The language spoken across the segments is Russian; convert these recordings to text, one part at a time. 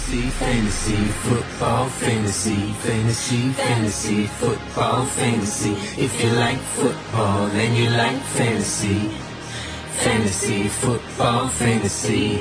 Fantasy, fantasy, football, fantasy, fantasy, fantasy, football, fantasy. If you like football and you like fantasy, fantasy, football, fantasy.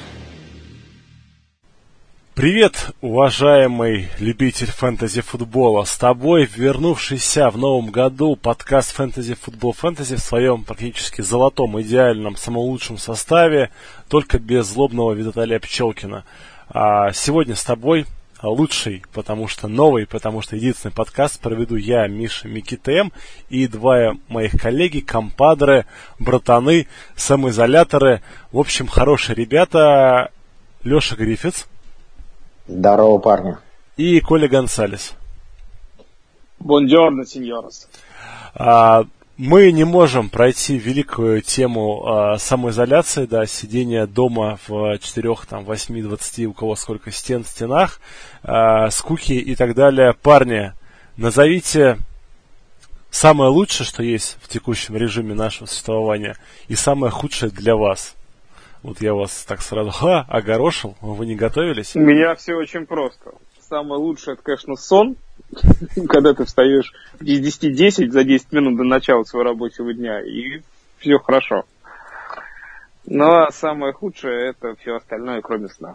Привет, уважаемый любитель фэнтези-футбола. С тобой вернувшийся в новом году подкаст «Фэнтези-футбол фэнтези» в своем практически золотом, идеальном, самом лучшем составе, только без злобного Виталия Пчелкина. А сегодня с тобой лучший, потому что новый, потому что единственный подкаст проведу я, Миша Микитем, и два моих коллеги, компадры, братаны, самоизоляторы. В общем, хорошие ребята. Леша Гриффитс. Здорово, парни. И Коля Гонсалес. Бонджорно, сеньорос. Мы не можем пройти великую тему самоизоляции, да, сидения дома в 4, 8, 20, у кого сколько стен в стенах, скуки и так далее. Парни, назовите самое лучшее, что есть в текущем режиме нашего существования, и самое худшее для вас. Вот я вас так сразу огорошил, вы не готовились? У меня все очень просто. Самое лучшее, это, конечно, сон, когда ты встаешь без 10-10 за 10 минут до начала своего рабочего дня, и все хорошо. Но самое худшее, это все остальное, кроме сна.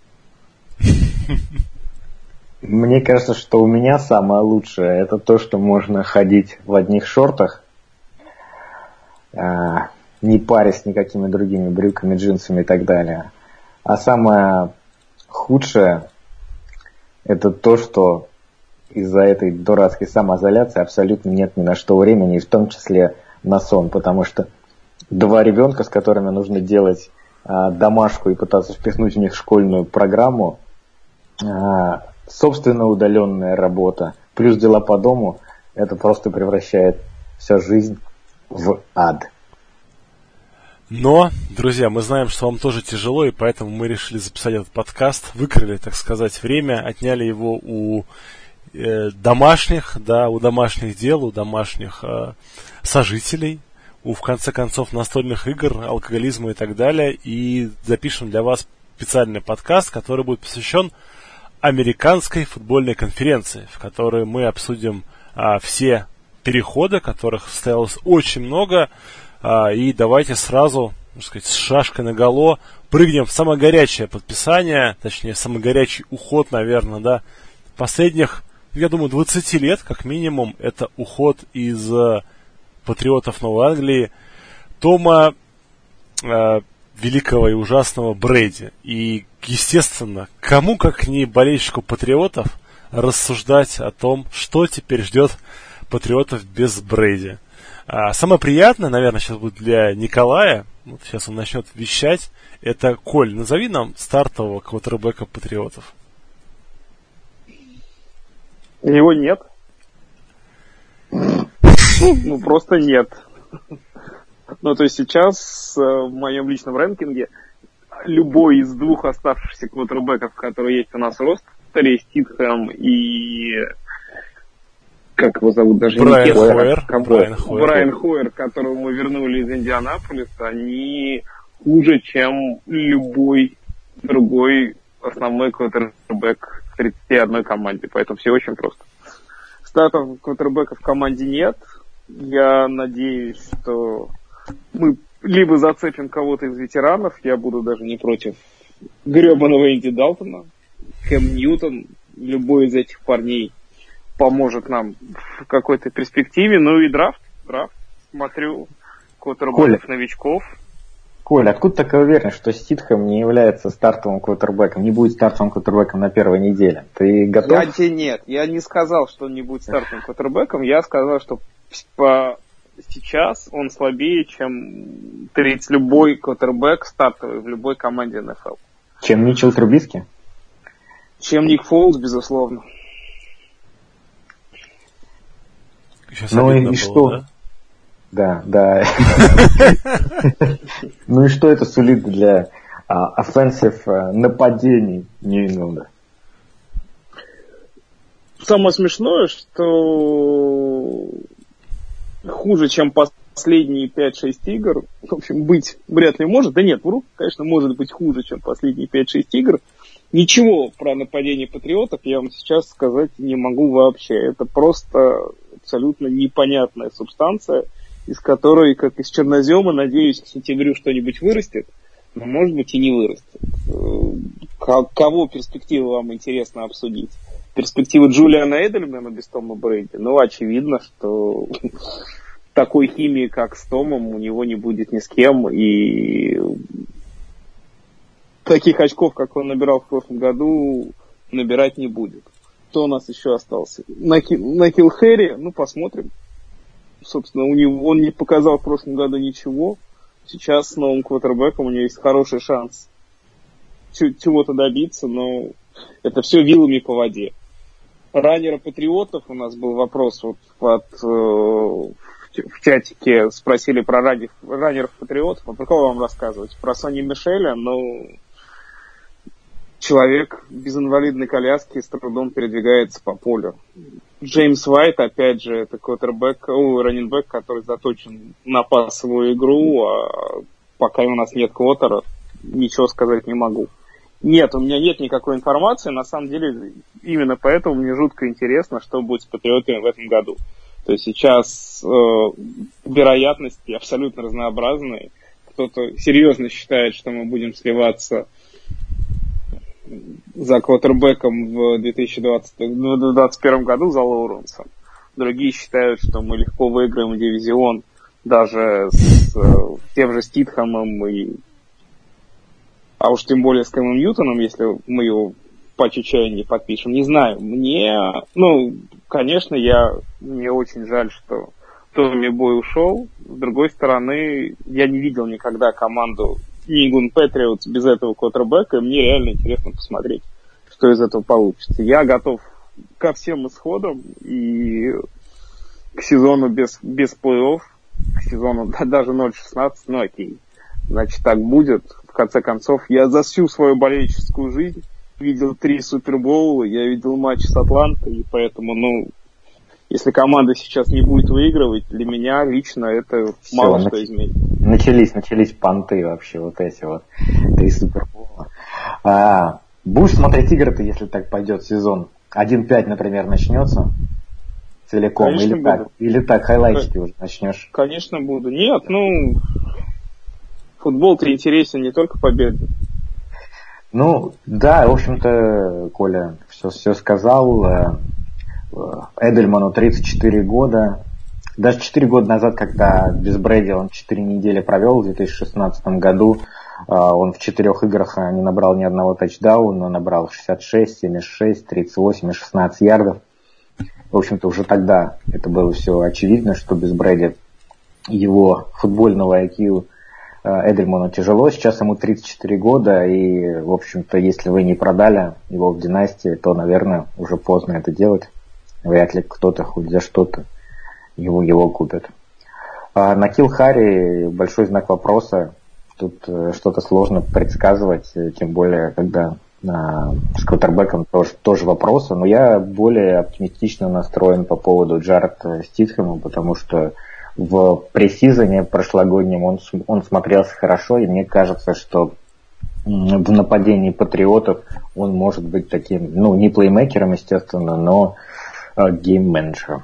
Мне кажется, что у меня самое лучшее, это то, что можно ходить в одних шортах, не парясь никакими другими брюками, джинсами и так далее. А самое худшее, это то, что из-за этой дурацкой самоизоляции абсолютно нет ни на что времени, и в том числе на сон, потому что два ребенка, с которыми нужно делать домашку и пытаться впихнуть в них школьную программу, собственно удаленная работа, плюс дела по дому, это просто превращает всю жизнь в ад. Но, друзья, мы знаем, что вам тоже тяжело, и поэтому мы решили записать этот подкаст, выкрали, так сказать, время, отняли его у домашних, да, у домашних дел, у домашних сожителей, у, в конце концов, настольных игр, алкоголизма и так далее, и запишем для вас специальный подкаст, который будет посвящен американской футбольной конференции, в которой мы обсудим все переходы, которых состоялось очень много. И давайте сразу, так сказать, с шашкой наголо прыгнем в самое горячее подписание, точнее, самый горячий уход, наверное, да, последних, я думаю, 20 лет, как минимум, это уход из патриотов Новой Англии Тома великого и ужасного Брэди. И, естественно, кому, как не болельщику патриотов, рассуждать о том, что теперь ждет патриотов без Брэди. Самое приятное, наверное, сейчас будет для Николая, вот сейчас он начнет вещать, это, Коль, назови нам стартового квотербека патриотов. Его нет. Ну, просто нет. Ну, то есть сейчас в моем личном рэнкинге любой из двух оставшихся квотербеков, которые есть у нас в ростере, Стидхэм и... как его зовут, даже Брайан не Брайан Хойер, которого мы вернули из Индианаполиса, они хуже, чем любой другой основной квотербек в 31 команде. Поэтому все очень просто. Стартов квотербека в команде нет. Я надеюсь, что мы либо зацепим кого-то из ветеранов, я буду даже не против гребаного Энди Далтона, Кэм Ньютон, любой из этих парней поможет нам в какой-то перспективе. Ну и драфт. Смотрю квотербеков, новичков. Коля, откуда такая уверенность, что Стидхэм не является стартовым квотербеком, не будет стартовым квотербеком на первой неделе? Ты готов? Нет, я не сказал, что он не будет стартовым квотербеком. Я сказал, что сейчас он слабее, чем любой квотербек стартовый в любой команде НФЛ. Чем Митчелл Трубиски? Чем Ник Фолс, безусловно. Сейчас ну и было, что? Да? Да. Ну и что это сулит для offensive нападений Нью-Ингланда? Самое смешное, что хуже, чем последние 5-6 игр, в общем, быть вряд ли может. Да нет, вру, конечно, может быть хуже, чем последние 5-6 игр. Ничего про нападение Патриотов я вам сейчас сказать не могу вообще. Это просто абсолютно непонятная субстанция, из которой, как из чернозема, надеюсь, к сентябрю что-нибудь вырастет, но, может быть, и не вырастет. Кого перспективы вам интересно обсудить? Перспективы Джулиана Эдельмана без Тома Брейди? Ну, очевидно, что такой химии, как с Томом, у него не будет ни с кем, и таких очков, как он набирал в прошлом году, набирать не будет. Кто у нас еще остался? Накил Хэри, ну, посмотрим. Собственно, он не показал в прошлом году ничего. Сейчас с новым квотербеком у него есть хороший шанс чего-то добиться, но это все вилами по воде. Раннера Патриотов, у нас был вопрос вот в чатике, спросили про раннеров Патриотов. А про кого вам рассказывать? Про Сони Мишеля, но человек без инвалидной коляски с трудом передвигается по полю. Джеймс Уайт, опять же, это раннинбэк, который заточен на пассовую игру, а пока у нас нет квотера, ничего сказать не могу. Нет, у меня нет никакой информации, на самом деле, именно поэтому мне жутко интересно, что будет с Патриотами в этом году. То есть сейчас вероятности абсолютно разнообразные. Кто-то серьезно считает, что мы будем сливаться за квотербеком в 2021 году за Лоуренсом. Другие считают, что мы легко выиграем дивизион даже с тем же Стидхэмом, а уж тем более с Кэмом Ньютоном, если мы его по чуть-чуть не подпишем. Не знаю. Конечно, мне очень жаль, что Томми Бой ушел. С другой стороны, я не видел никогда команду New England Patriots без этого квотербека, и мне реально интересно посмотреть, что из этого получится. Я готов ко всем исходам и к сезону без плей-офф, к сезону даже 0-16, ну окей, значит так будет. В конце концов, я за всю свою болельческую жизнь видел 3 Супербоула, я видел матч с Атлантой, и поэтому, если команда сейчас не будет выигрывать, для меня лично это все, мало что изменит. Начались понты вообще, вот эти вот 3 Супербоула. Будешь смотреть игры-то, если так пойдет сезон? 1-5, например, начнется целиком? Конечно, или так, хайлайтики уже начнешь? Конечно, буду. Нет, футбол-то интересен не только победой. Да, в общем-то, Коля все сказал. Эдельману 34 года. Даже 4 года назад, когда без Брэди он 4 недели провел в 2016 году, он в 4 играх не набрал ни одного тачдауна, набрал 66, 76, 38 и 16 ярдов. В общем-то, уже тогда это было все очевидно, что без Брэди его футбольного IQ Эдельману тяжело. Сейчас ему 34 года, и, в общем-то, если вы не продали его в династии, то, наверное, уже поздно это делать. Вряд ли кто-то хоть за что-то его купит. Накил Харри, большой знак вопроса. Тут что-то сложно предсказывать, тем более, когда с квотербеком тоже вопросы. Но я более оптимистично настроен по поводу Джареда Стидхэма, потому что в пресизоне прошлогоднем он смотрелся хорошо, и мне кажется, что в нападении Патриотов он может быть таким, не плеймейкером, естественно, но гейм-менеджером.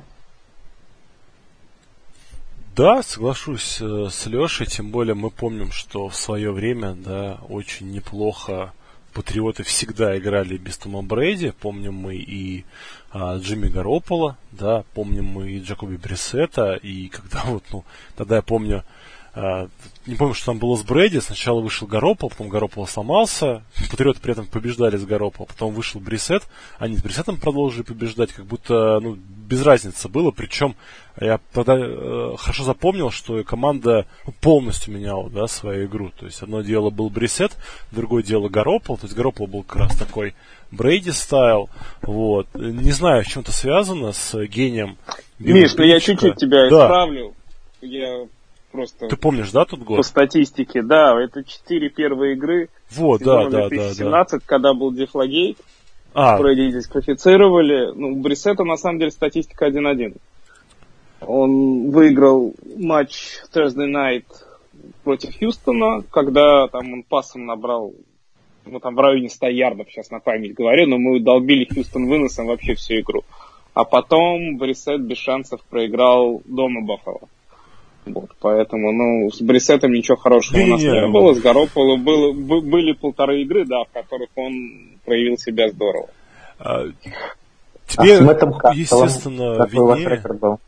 Да, соглашусь с Лешей, тем более мы помним, что в свое время, очень неплохо Патриоты всегда играли без Тома Брейди. Помним мы и Джимми Гарополо, помним мы и Джакоби Брисета, и когда тогда я помню, не помню, что там было с Брейди, сначала вышел Гарополо, потом Гарополо сломался, Патриоты при этом побеждали с Гарополо, потом вышел Брисет, они с Брисетом продолжили побеждать, как будто, без разницы было, причем я тогда хорошо запомнил, что команда полностью меняла, свою игру, то есть одно дело был Брисет, другое дело Гарополо, то есть Гарополо был как раз такой Брейди стайл, не знаю, с чем это связано, с гением. Миш, я чуть-чуть тебя исправлю, просто... Ты помнишь, тот год? По статистике, это 4 первые игры. Да. 2017, когда был Дефлагейт. Брейди дисквалифицировали. У Брисета, на самом деле, статистика 1-1. Он выиграл матч Thursday Night против Хьюстона, когда там он пассом набрал ну, там в районе 100 ярдов, сейчас на память говорю, но мы долбили Хьюстон выносом вообще всю игру. А потом Брисет без шансов проиграл дома Баффало. Вот, поэтому, ну, с Брисетом ничего хорошего у нас не было. С Гарополо были 1,5 игры, да, в которых он проявил себя здорово. Тебе, естественно, виднее.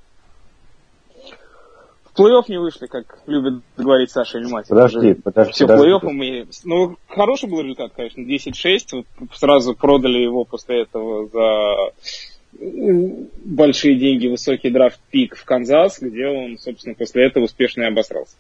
В плей-офф не вышли, как любит говорить Саша Ильматин. Подожди. Все плей-офф мы... Ну, хороший был результат, конечно, 10-6. Сразу продали его после этого за большие деньги, высокий драфт-пик в Канзас, где он, собственно, после этого успешно и обосрался.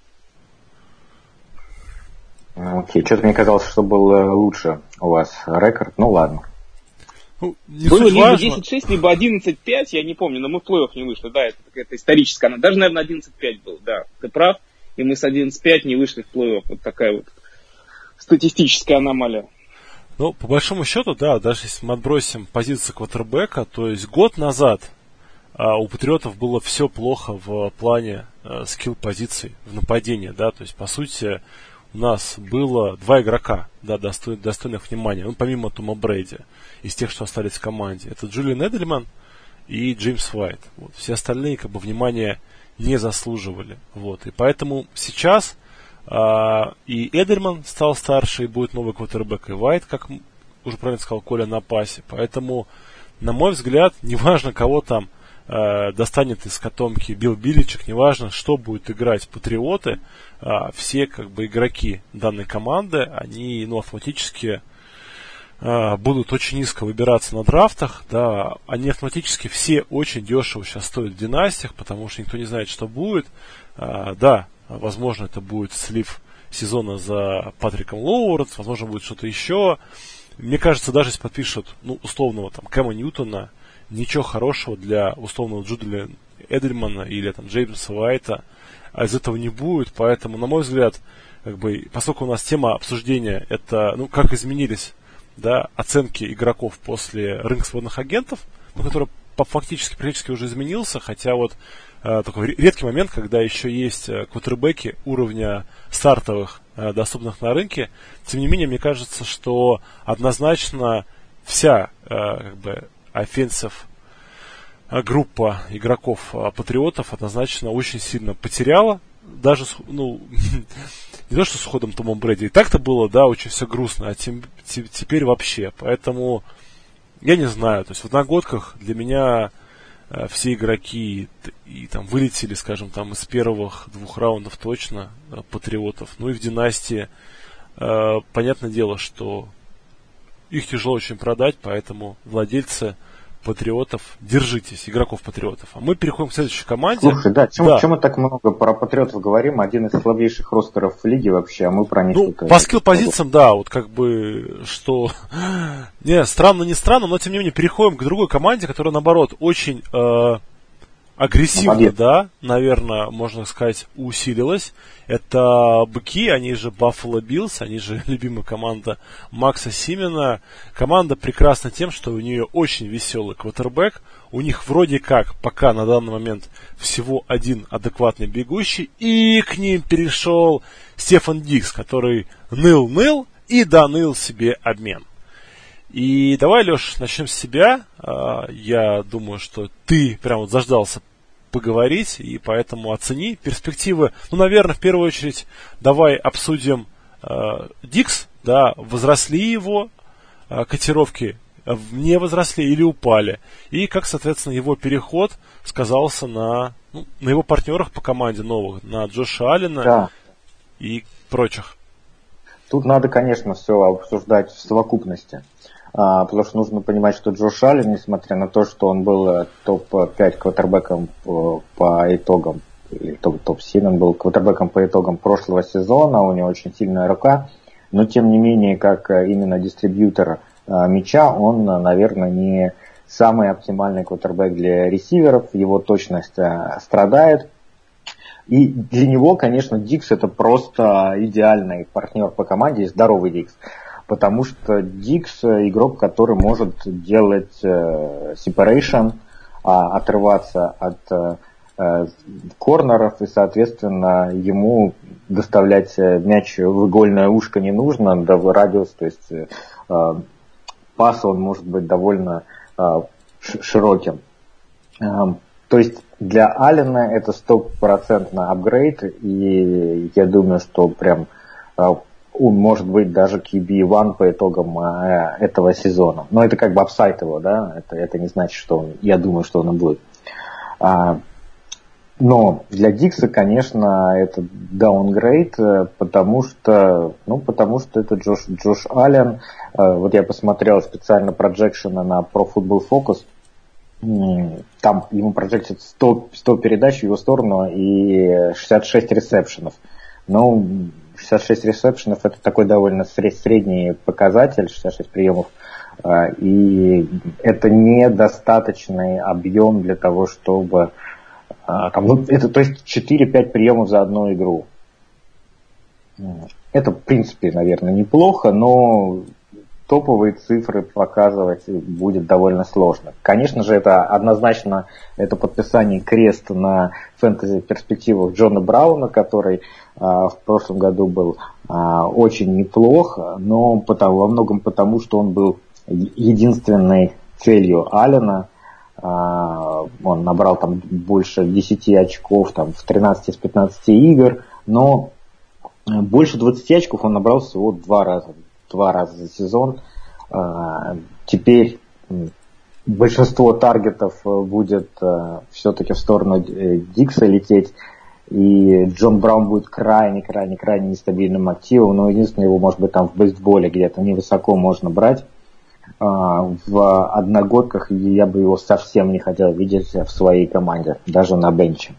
Окей, что-то мне казалось, что был лучше у вас рекорд. Ну, ладно. Ну, было либо 10-6, либо 11-5, я не помню, но мы в плей-офф не вышли. Да, это какая-то историческая. Даже, наверное, 11-5 был, да. Ты прав. И мы с 11-5 не вышли в плей-офф. Вот такая вот статистическая аномалия. Ну, по большому счету, да, даже если мы отбросим позицию квотербека, то есть год назад у Патриотов было все плохо в плане скилл-позиций в нападении, да, то есть, по сути, у нас было 2 игрока, да, достойных внимания, ну, помимо Тома Брейди, из тех, что остались в команде. Это Джулиан Эдельман и Джеймс Уайт. Вот. Все остальные, как бы, внимания не заслуживали. Вот. И поэтому сейчас и Эдельман стал старше, и будет новый квотербек, и Уайт, как уже правильно сказал Коля, на пасе. Поэтому, на мой взгляд, неважно, кого там достанет из котомки Билл Беличек, неважно, что будет играть Патриоты, все как бы игроки данной команды, они, ну, автоматически будут очень низко выбираться на драфтах, да, они автоматически все очень дешево сейчас стоят в династиях, потому что никто не знает, что будет. Да, возможно, это будет слив сезона за Патриком Лоуэртс, возможно, будет что-то еще. Мне кажется, даже если подпишут, ну, условного там Кэма Ньютона, ничего хорошего для условного Джулиана Эдельмана или там Джеймса Уайта из этого не будет. Поэтому, на мой взгляд, как бы, поскольку у нас тема обсуждения это, ну, как изменились, да, оценки игроков после рынка свободных агентов, ну, который фактически практически уже изменился, хотя вот такой редкий момент, когда еще есть квотербеки уровня стартовых, доступных на рынке. Тем не менее, мне кажется, что однозначно вся как бы офенсив группа игроков Патриотов однозначно очень сильно потеряла. Даже, ну, не то, что с уходом Тома Брэди. И так-то было, да, очень все грустно, а теперь вообще. Поэтому я не знаю. То есть в одногодках для меня все игроки и там вылетели, скажем, там из первых 2 раундов точно Патриотов. Ну и в династии понятное дело, что их тяжело очень продать, поэтому владельцы Патриотов, держитесь, игроков Патриотов. А мы переходим к следующей команде. Слушай, да, чем мы так много про Патриотов говорим? Один из слабейших ростеров в лиге вообще, а мы про них... Ну, по скилл-позициям, да, вот как бы, что... Не, странно, не странно, но тем не менее переходим к другой команде, которая, наоборот, очень агрессивно, да, наверное, можно сказать, усилилась. Это быки, они же Buffalo Bills, они же любимая команда Макса Симена. Команда прекрасна тем, что у нее очень веселый квотербек. У них вроде как пока на данный момент всего один адекватный бегущий. И к ним перешел Стефан Дикс, который ныл-ныл и доныл себе обмен. И давай, Леш, начнем с себя. Я думаю, что ты прям вот заждался поговорить, и поэтому оцени перспективы. Ну, наверное, в первую очередь давай обсудим Дикс, да, возросли его котировки, не возросли или упали, и как, соответственно, его переход сказался на его партнерах по команде новых, на Джоша Аллена, да, и прочих. Тут надо, конечно, все обсуждать в совокупности. Потому что нужно понимать, что Джош Аллен, несмотря на то, что он был топ-5 квотербеком по итогам, или топ-7, он был квотербеком по итогам прошлого сезона, у него очень сильная рука, но тем не менее, как именно дистрибьютор мяча, он, наверное, не самый оптимальный квотербек для ресиверов, его точность страдает. И для него, конечно, Дикс это просто идеальный партнер по команде, здоровый Дикс. Потому что Дикс игрок, который может делать separation, отрываться от корнеров, и, соответственно, ему доставлять мяч в игольное ушко не нужно, да, в радиус, то есть пас он может быть довольно широким. То есть для Аллена это 100% апгрейд, и я думаю, что прям он может быть даже QB1 по итогам этого сезона. Но это как бы апсайд его, да, это не значит, что я думаю, что он и будет. Но для Дикса, конечно, это даунгрейд, потому что это Джош Аллен. Вот я посмотрел специально проджекшены на Pro Football Focus. Там ему проджектят 100 передач в его сторону и 66 ресепшенов. Ну, 66 ресепшенов это такой довольно средний показатель, 66 приемов. И это недостаточный объем для того, чтобы... это, то есть 4-5 приемов за одну игру. Это, в принципе, наверное, неплохо, но топовые цифры показывать будет довольно сложно. Конечно же, это однозначно это подписание креста на фэнтези-перспективах Джона Брауна, который в прошлом году был очень неплох, но во многом потому, что он был единственной целью Аллена. Он набрал там больше 10 очков там, в 13 из 15 игр, но больше 20 очков он набрал всего два раза за сезон. Теперь большинство таргетов будет все-таки в сторону Дикса лететь, и Джон Браун будет крайне нестабильным активом, но единственное, его может быть там в бейсболе где-то невысоко можно брать. В одногодках я бы его совсем не хотел видеть в своей команде, даже на бенче.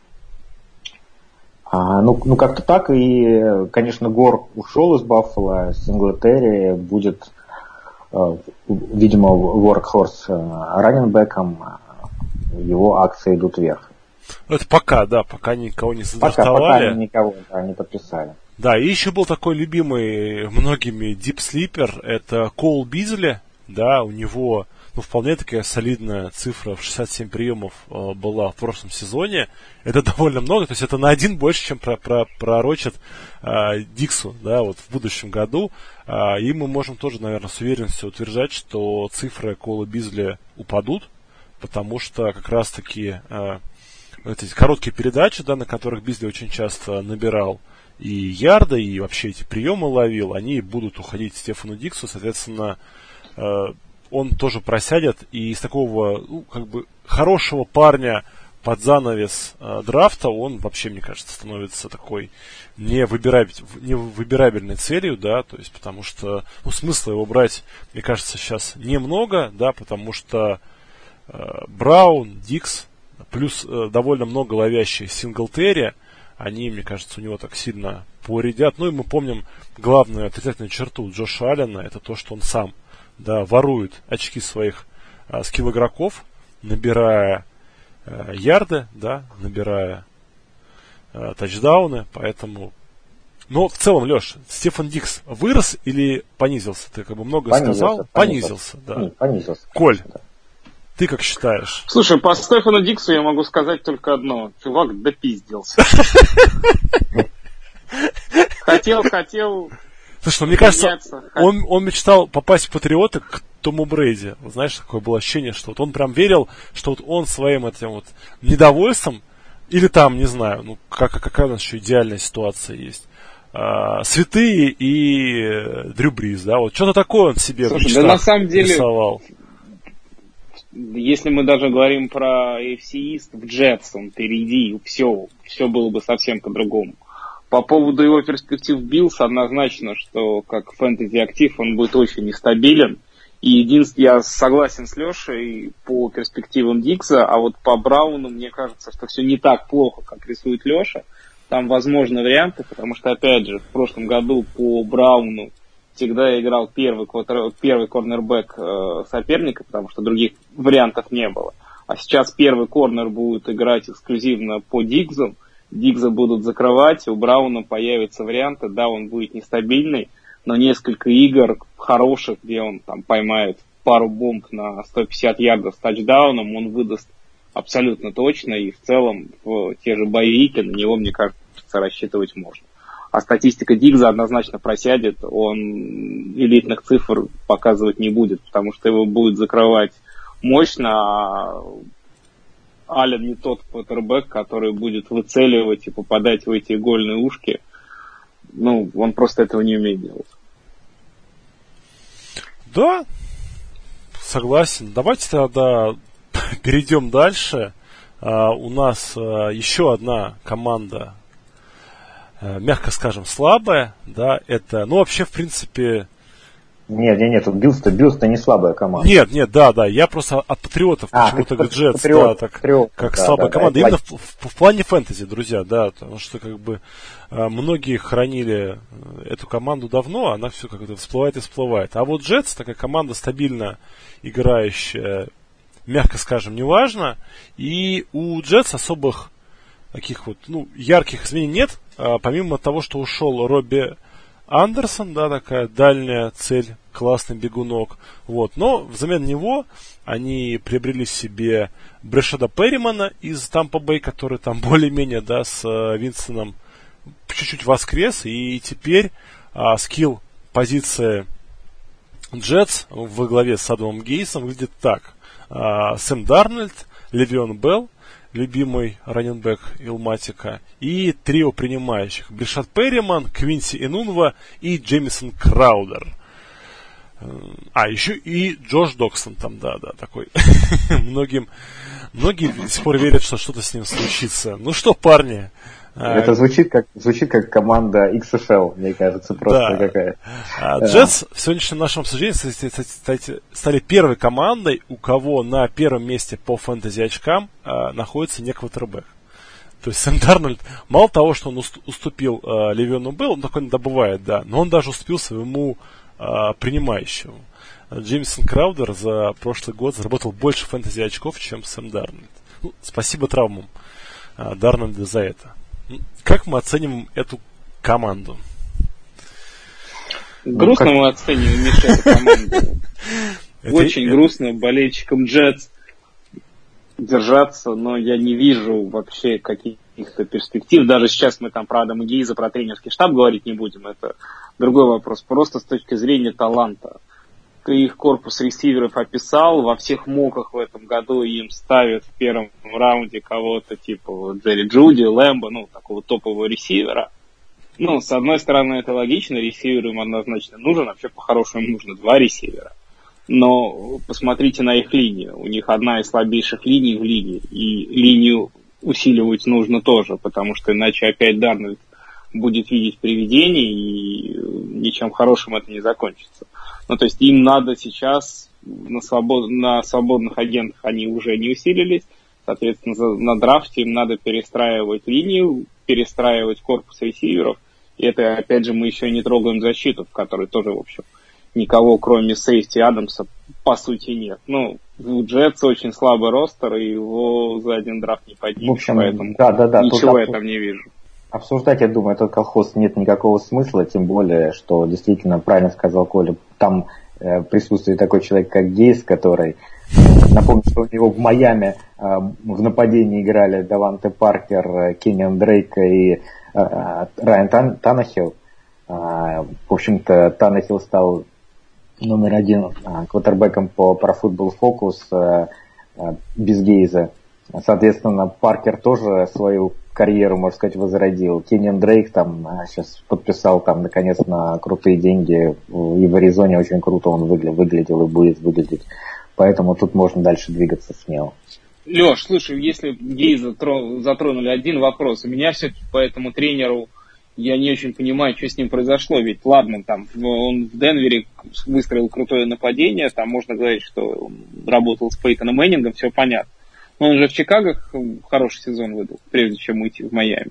Как-то так, и, конечно, Гор ушел из Баффало, Синглтери будет, видимо, воркхорс раннинбэком, его акции идут вверх. Это пока никого не задрафтовали. Пока никого не подписали. Да, и еще был такой любимый многими дипслипер, это Коул Бизли, да, у него вполне такая солидная цифра в 67 приемов была в прошлом сезоне. Это довольно много, то есть это на один больше, чем пророчит Диксу, да, вот в будущем году. И мы можем тоже, наверное, с уверенностью утверждать, что цифры Коула Бизли упадут, потому что как раз-таки эти короткие передачи, да, на которых Бизли очень часто набирал и ярды, и вообще эти приемы ловил, они будут уходить Стефану Диксу, соответственно, он тоже просядет, и из такого, хорошего парня под занавес драфта он вообще, мне кажется, становится такой невыбирабельной целью, да, то есть, потому что, смысла его брать, мне кажется, сейчас немного, да, потому что Браун, Дикс, плюс довольно много ловящих Синглтери, они, мне кажется, у него так сильно повредят. Ну и мы помним главную отрицательную черту Джоша Аллена, это то, что он сам, да, ворует очки своих скилл-игроков, набирая ярды, да, набирая тачдауны, поэтому... Но в целом, Леш, Стефан Дикс вырос или понизился? Ты много сказал? Понизился, да. Понизился. Коль, да. Ты как считаешь? Слушай, по Стефану Диксу я могу сказать только одно. Чувак допиздился. Хотел... Слушай, мне кажется, он мечтал попасть в Патриоты к Тому Брейди. Вот знаешь, такое было ощущение, что вот он прям верил, что вот он своим этим вот недовольством, или там, не знаю, какая у нас еще идеальная ситуация есть. Святые и Дрю Бриз, да, вот что-то такое он себе в мечтах на самом деле, рисовал. Если мы даже говорим про AFC East, в Джетс он перейди, все было бы совсем по-другому. По поводу его перспектив Биллс, однозначно, что как фэнтези-актив он будет очень нестабилен. И единственное, я согласен с Лешей по перспективам Дикса, а вот по Брауну мне кажется, что все не так плохо, как рисует Леша. Там возможны варианты, потому что, опять же, в прошлом году по Брауну всегда играл первый корнербэк соперника, потому что других вариантов не было. А сейчас первый корнер будет играть эксклюзивно по Диксу. Дикса будут закрывать, у Брауна появятся варианты, да, он будет нестабильный, но несколько игр хороших, где он там поймает пару бомб на 150 ярдов с тачдауном, он выдаст абсолютно точно, и в целом в те же боевики на него, мне кажется, рассчитывать можно. А статистика Диггза однозначно просядет, он элитных цифр показывать не будет, потому что его будет закрывать мощно, а Аллен не тот квотербек, который будет выцеливать и попадать в эти игольные ушки. Ну, он просто этого не умеет делать. Да, согласен. Давайте тогда перейдем дальше. У нас еще одна команда, мягко скажем, слабая, да, это, ну, вообще, в принципе... Нет, Биллс-то не слабая команда. Нет, да, я просто от Патриотов почему-то Джетс, да, так, как слабая команда. Именно в плане фэнтези, друзья, да, потому что, как бы, многие хранили эту команду давно, она все как-то всплывает и всплывает. А вот Джетс, такая команда стабильно играющая, мягко скажем, неважно, и у Джетс особых таких вот, ну, ярких изменений нет, помимо того, что ушел Робби Андерсон, да, такая дальняя цель, классный бегунок, вот, но взамен него они приобрели себе Брэшада Перримана из Тампа Бэй, который там более-менее, да, с Винстоном чуть-чуть воскрес, и теперь скилл позиции Джетс во главе с Адамом Гейсом выглядит так. Сэм Дарнольд, Левион Белл, любимый раннинбэк Илматика, и трио принимающих. Брэшад Перриман, Квинси Энунва и Джеймисон Краудер. Еще и Джош Доксон там, да, такой. Многие до сих пор верят, что что-то с ним случится. Ну что, парни? Это звучит как команда XFL, мне кажется, просто какая. Джетс в сегодняшнем нашем обсуждении, стали первой командой, у кого на первом месте по фэнтези очкам находится не квотербэк. То есть Сэм Дарнольд, мало того, что он уступил Левиону Беллу, он такой иногда бывает, да, но он даже уступил своему принимающему. Джеймисон Краудер за прошлый год заработал больше фэнтези очков, чем Сэм Дарнольд. Ну, спасибо травмам Дарнольда за это. Как мы оценим эту команду? Грустно мы оцениваем, Миша, эту команду. Очень грустно болельщикам Джетс держаться, но я не вижу вообще каких-то перспектив. Даже сейчас мы там про Адама Гейза, про тренерский штаб говорить не будем. Это другой вопрос. Просто с точки зрения таланта. Ты их корпус ресиверов описал, во всех моках в этом году им ставят в первом раунде кого-то типа Джерри Джуди, Лэмбо, ну, такого топового ресивера. Ну, с одной стороны, это логично, ресивер им однозначно нужен, вообще по-хорошему им нужно 2 ресивера. Но посмотрите на их линию. У них одна из слабейших линий в лиге, и линию усиливать нужно тоже, потому что иначе опять Дарнольд будет видеть привидений, и ничем хорошим это не закончится. Ну, то есть им надо сейчас на свободных агентах они уже не усилились, соответственно, на драфте им надо перестраивать линию, перестраивать корпус ресиверов, и это, опять же, мы еще не трогаем защиту, в которой тоже, в общем, никого, кроме сейфти Адамса, по сути, нет. Ну, у Джетса очень слабый ростер, и его за один драфт не поднимешь, в общем, поэтому ничего я там не вижу. Обсуждать, я думаю, этот колхоз нет никакого смысла, тем более, что действительно, правильно сказал Коля, там присутствует такой человек, как Гейс, который, напомню, что у него в Майами в нападении играли Даванте Паркер, Кенниан Дрейк и Райан Таннехилл. В общем-то, Таннехилл стал номер 1 квотербеком по Pro Football Focus без Гейза. Соответственно, Паркер тоже свою карьеру, можно сказать, возродил. Кенниан Дрейк там сейчас подписал там наконец на крутые деньги. И в Аризоне очень круто он выглядел и будет выглядеть. Поэтому тут можно дальше двигаться смело. Леш, слушай, если Гейза затронули, один вопрос. У меня все-таки по этому тренеру я не очень понимаю, что с ним произошло. Ведь ладно, там он в Денвере выстроил крутое нападение, там можно говорить, что он работал с Пейтоном Мэннингом, все понятно. Но он же в Чикаго хороший сезон выдал, прежде чем уйти в Майами.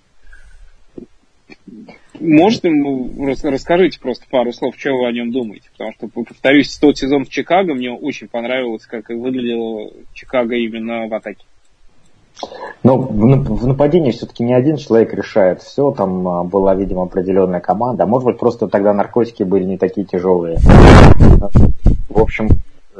Может, расскажите просто пару слов, что вы о нем думаете? Потому что, повторюсь, тот сезон в Чикаго мне очень понравилось, как выглядело Чикаго именно в атаке. Но в нападении все-таки не один человек решает все, там была, видимо, определенная команда. А может быть, просто тогда наркотики были не такие тяжелые. В общем,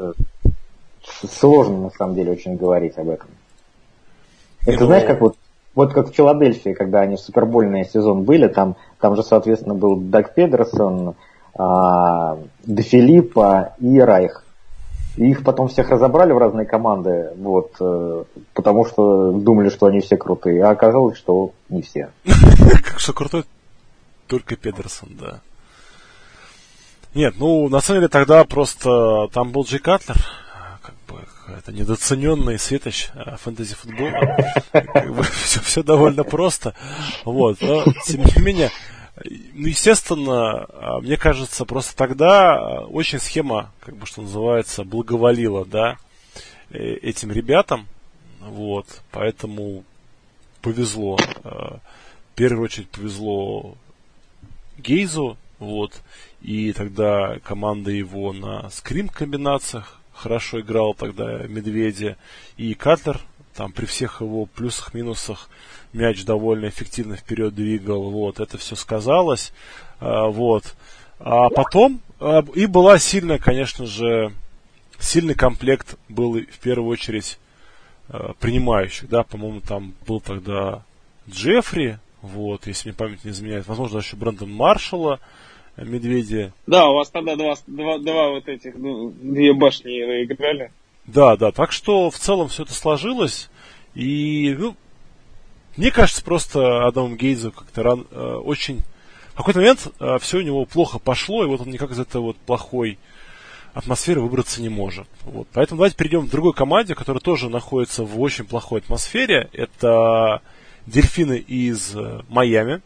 сложно на самом деле очень говорить об этом. Это знаешь, как вот Вот как в Филадельфии, когда они в супербольный сезон были, там же, соответственно, был Даг Педерсон, Де Филиппо и Райх. И их потом всех разобрали в разные команды, вот, потому что думали, что они все крутые, а оказалось, что не все. Что крутой только Педерсон, да. Нет, ну, на самом деле тогда просто там был Джей Катлер, как бы это недооцененный светоч фэнтези-футбола. Все довольно просто. Вот, но, тем не менее, ну, естественно, мне кажется, просто тогда очень схема, как бы, что называется, благоволила, да, этим ребятам, вот, поэтому повезло. В первую очередь повезло Гейзу, вот, и тогда команда его на скрин-комбинациях хорошо играла тогда Медведи, и Катлер там при всех его плюсах-минусах мяч довольно эффективно вперед двигал, вот, это все сказалось, вот. А потом, и была сильная, конечно же, сильный комплект был в первую очередь принимающих, да, по-моему, там был тогда Джеффри, вот, если мне память не изменяет, возможно, еще Брэндон Маршалла, Медведи. Да, у вас тогда два вот этих, две башни играли. Да, так что в целом все это сложилось, и, ну, мне кажется, просто Адаму Гейзу как-то очень... В какой-то момент все у него плохо пошло, и вот он никак из этой вот плохой атмосферы выбраться не может. Вот. Поэтому давайте перейдем к другой команде, которая тоже находится в очень плохой атмосфере. Это Дельфины из Майами.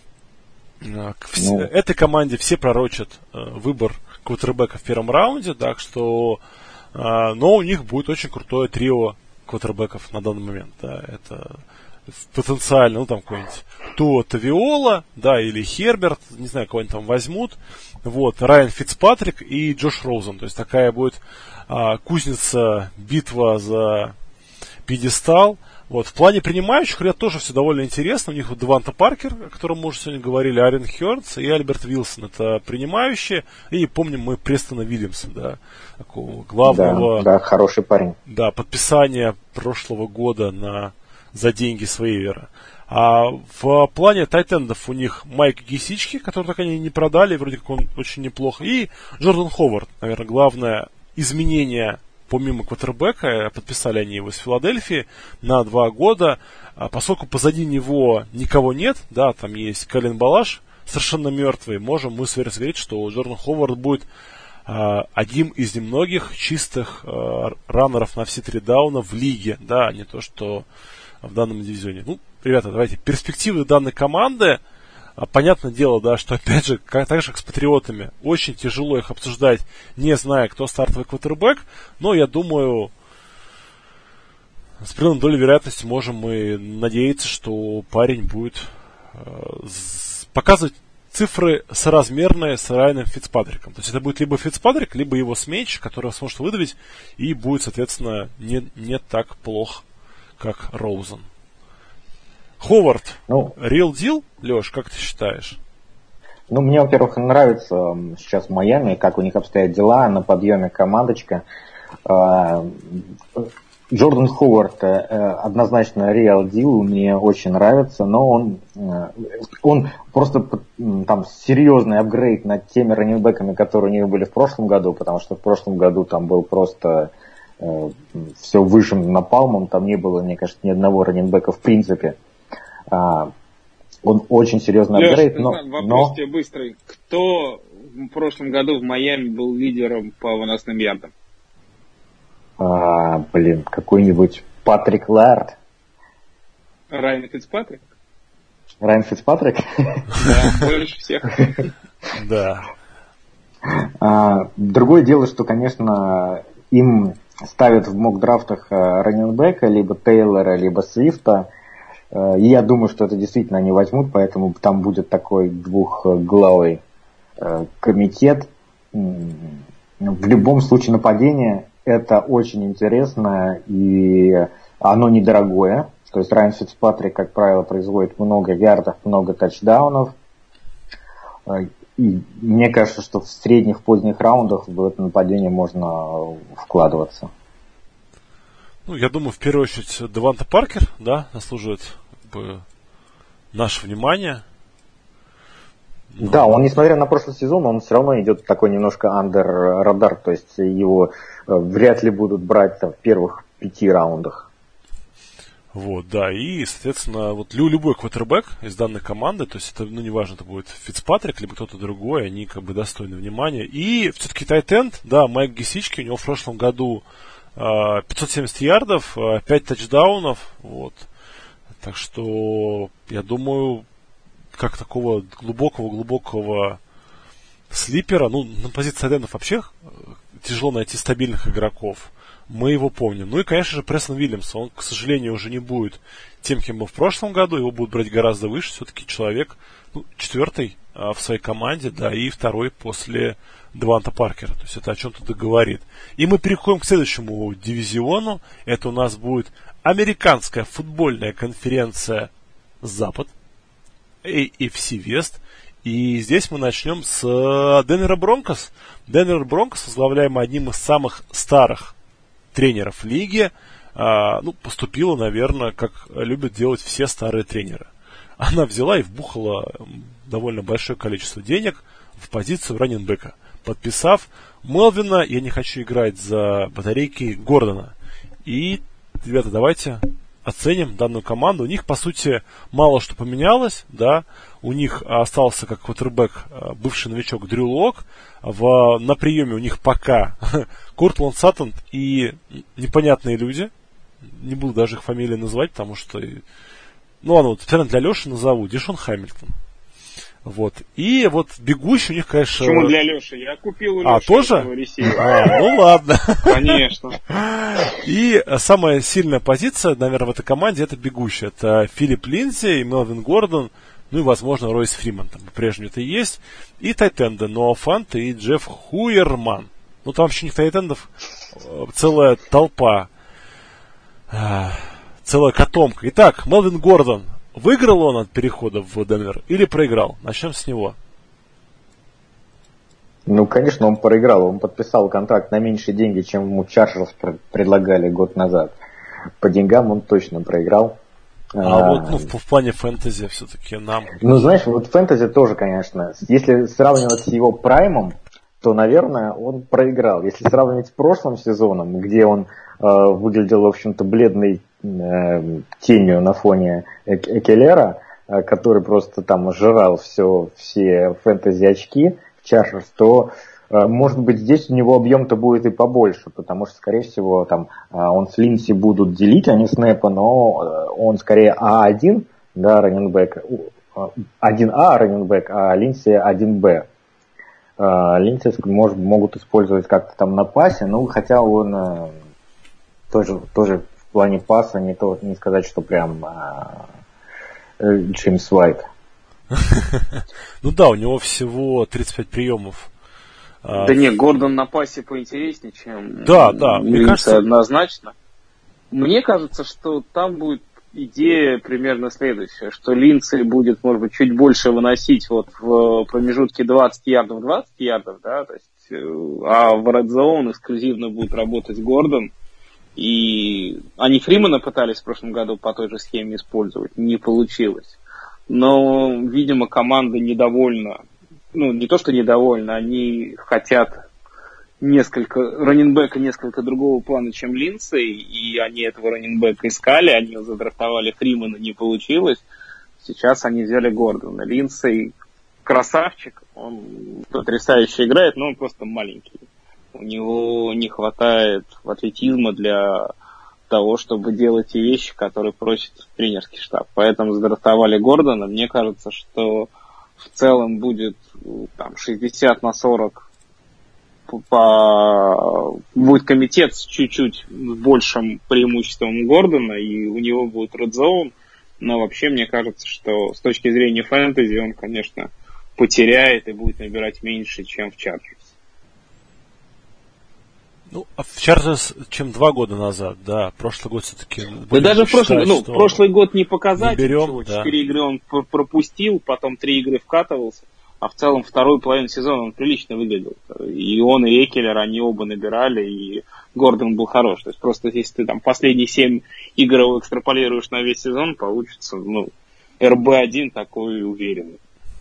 Этой команде все пророчат выбор квотербека в первом раунде, так что... но у них будет очень крутое трио квотербеков на данный момент. Да. Это потенциально, ну там какой-нибудь Туа Тавиола, да, или Херберт, не знаю, кого они там возьмут. Вот, Райан Фицпатрик и Джош Роузен. То есть такая будет кузница, битва за пьедестал. Вот, в плане принимающих ребят тоже все довольно интересно. У них вот Деванта Паркер, о котором мы уже сегодня говорили, Арен Хёрнс и Альберт Вилсон. Это принимающие. И помним мы Престона Вильямса, да, такого главного... Да, хороший парень. Да, подписания прошлого года за деньги Свейвера. А в плане тайтендов у них Майк Гисички, который так они не продали, вроде как он очень неплохо, и Джордан Ховард, наверное, главное изменение помимо квотербека, подписали они его из Филадельфии на 2 года, поскольку позади него никого нет, да, там есть Кэлен Балаш, совершенно мертвый, можем мы с уверенностью говорить, что Джордан Ховард будет одним из немногих чистых раннеров на все 3 дауна в лиге, да, а не то, что в данном дивизионе. Ну, ребята, давайте, перспективы данной команды, понятное дело, да, что, опять же, так же, как с Патриотами, очень тяжело их обсуждать, не зная, кто стартовый квотербек, но, я думаю, с определенной долей вероятности можем мы надеяться, что парень будет показывать цифры соразмерные с Райаном Фицпатриком. То есть это будет либо Фицпатрик, либо его сменщик, который сможет выдавить, и будет, соответственно, не так плохо, как Роузен. Ховард, real deal, Леш, как ты считаешь? Ну, мне, во-первых, нравится сейчас в Майами, как у них обстоят дела, на подъеме командочка. Джордан Ховард однозначно real deal, мне очень нравится, но он просто там серьезный апгрейд над теми раннинбэками, которые у них были в прошлом году, потому что в прошлом году там был просто все высшим напалмом, там не было, мне кажется, ни одного раннинбэка в принципе. Он очень серьезный апгрейд, вопрос тебе быстрый. Кто в прошлом году в Майами был лидером по выносным ярдам? Какой-нибудь Патрик Лард. Райан Фицпатрик? Райан Фицпатрик? Да, больше всех. Да. Другое дело, что, конечно, им ставят в мок-драфтах раннинбека, либо Тейлора, либо Свифта. И я думаю, что это действительно они возьмут, поэтому там будет такой двухглавый комитет. В любом случае нападение это очень интересно, и оно недорогое. То есть Райан Фицпатрик, как правило, производит много ярдов, много тачдаунов. И мне кажется, что в средних, поздних раундах в это нападение можно вкладываться. Ну, я думаю, в первую очередь Деванта Паркер, да, заслуживает бы наше внимание. Да, он, несмотря на прошлый сезон, он все равно идет такой немножко under радар, то есть его вряд ли будут брать в первых 5 раундах. Вот, да, и, соответственно, вот любой квотербэк из данной команды, то есть это, неважно, это будет Фицпатрик, либо кто-то другой, они как бы достойны внимания. И все-таки тайтенд, да, Майк Гесички, у него в прошлом году 570 ярдов, 5 тачдаунов, вот. Так что, я думаю, как такого глубокого слипера, на позиции тайтендов вообще тяжело найти стабильных игроков. Мы его помним. Ну и, конечно же, Преслон Уильямс. Он, к сожалению, уже не будет тем, кем был в прошлом году. Его будут брать гораздо выше. Все-таки человек 4-й в своей команде, да, и 2-й после Деванта Паркера. То есть это о чем-то говорит. И мы переходим к следующему дивизиону. Это у нас будет Американская футбольная конференция Запад, AFC West. И здесь мы начнем с Денвера Бронкос. Денвер Бронкос, возглавляемый одним из самых старых тренеров лиги, поступила, наверное, как любят делать все старые тренеры. Она взяла и вбухала довольно большое количество денег в позицию раннинбека, подписав Мелвина, я не хочу играть за батарейки, Гордона. И, ребята, давайте оценим данную команду. У них, по сути, мало что поменялось, да. У них остался как квотербэк бывший новичок Дрю Лок. На приеме у них пока Кортланд Саттон и непонятные люди. Не буду даже их фамилии называть, потому что... ладно, специально для Леши назову. Дишон Хамильтон. Вот. И вот бегущий у них, конечно... Почему для Леши? Я купил у Леши тоже? этого ресивера. Ладно. Конечно. И самая сильная позиция, наверное, в этой команде это бегущий. Это Филипп Линдси и Мелвин Гордон. Ну и, возможно, Ройс Фриман. Там по-прежнему это и есть. И тайтенды Ноа Фант и Джефф Хуерман. Там вообще не тайтендов. Целая толпа. Целая котомка. Итак, Мелвин Гордон. Выиграл он от перехода в Денвер или проиграл? Начнем с него. Конечно, он проиграл. Он подписал контракт на меньшие деньги, чем ему Чарджерс предлагали год назад. По деньгам он точно проиграл. В плане фэнтези все-таки нам... знаешь, вот фэнтези тоже, конечно. Если сравнивать с его праймом, то, наверное, он проиграл. Если сравнивать с прошлым сезоном, где он выглядел, в общем-то, бледной тенью на фоне Экелера, который просто там жрал все фэнтези-очки в Чарджерс, то, может быть, здесь у него объем-то будет и побольше, потому что, скорее всего, там он с Линдси будут делить, а не снэпы, но он скорее А1, да, раннинбэк, 1А раннинбэк, а Линдси 1Б. Линдси могут использовать как-то там на пасе, хотя он тоже в плане паса не сказать, что прям Джеймс Уайт. У него всего 35 приемов. Да не, Гордон на пасе поинтереснее, чем да, мне кажется, однозначно. Мне кажется, что там будет идея примерно следующая, что Линдси будет, может быть, чуть больше выносить в промежутке 20 ярдов, да, то есть, а в Red Zone эксклюзивно будет работать Гордон. И они Фримана пытались в прошлом году по той же схеме использовать, не получилось. Но, видимо, команда недовольна. Не то, что недовольна, они хотят раннинбека несколько другого плана, чем Линдси, и они этого раннинбека искали, они задрафтовали Фримана, не получилось. Сейчас они взяли Гордона. Линдси красавчик, он потрясающе играет, но он просто маленький. У него не хватает атлетизма для того, чтобы делать те вещи, которые просит тренерский штаб. Поэтому задрафтовали Гордона. Мне кажется, что в целом будет 60-40. Будет комитет с чуть-чуть большим преимуществом Гордона, и у него будет Red Zone. Но вообще мне кажется, что с точки зрения фэнтези он, конечно, потеряет и будет набирать меньше, чем в Чарджерс. В Чарджерс, чем 2 года назад, да, прошлый год все-таки... Да даже прошлый год не показатель, берем, 4 игры он пропустил, потом 3 игры вкатывался, а в целом вторую половину сезона он прилично выглядел. И он, и Экелер, они оба набирали, и Гордон был хорош. То есть просто если ты там последние 7 игр экстраполируешь на весь сезон, получится, РБ-1 такой уверенный.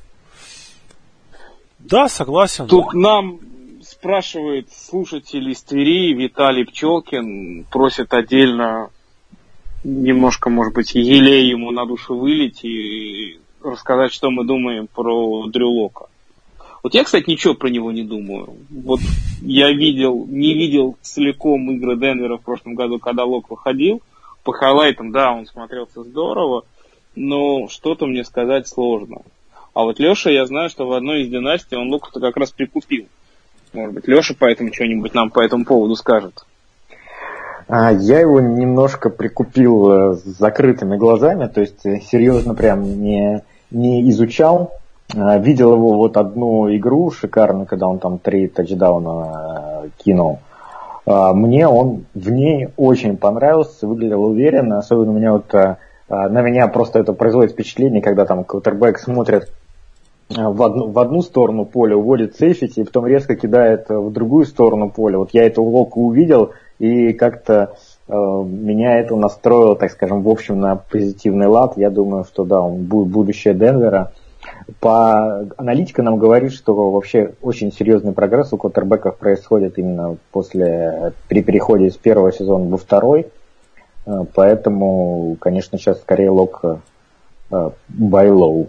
Да, согласен. Тут нам спрашивает слушатель из Твери Виталий Пчелкин, просит отдельно немножко, может быть, елей ему на душу вылить и рассказать, что мы думаем про Дрю Лока. Вот я, кстати, ничего про него не думаю. Вот я не видел целиком игры Денвера в прошлом году, когда Лок выходил. По хайлайтам, да, он смотрелся здорово, но что-то мне сказать сложно. А вот Леша, я знаю, что в одной из династий он Лока-то как раз прикупил. Может быть, Леша поэтому что-нибудь нам по этому поводу скажет. Я его немножко прикупил с закрытыми глазами, то есть серьезно прям не изучал. Видел его вот одну игру шикарную, когда он там 3 тачдауна кинул. Мне он в ней очень понравился, выглядел уверенно. Особенно на меня просто это производит впечатление, когда там квотербэк смотрит в одну сторону поля, уводит сейфти, и потом резко кидает в другую сторону поля. Вот я эту Локу увидел, и как-то меня это настроило, так скажем, в общем, на позитивный лад. Я думаю, что да, он будет будущее Денвера. Аналитика нам говорит, что вообще очень серьезный прогресс у квотербеков происходит именно при переходе из первого сезона во второй. Поэтому, конечно, сейчас скорее Лок buy low.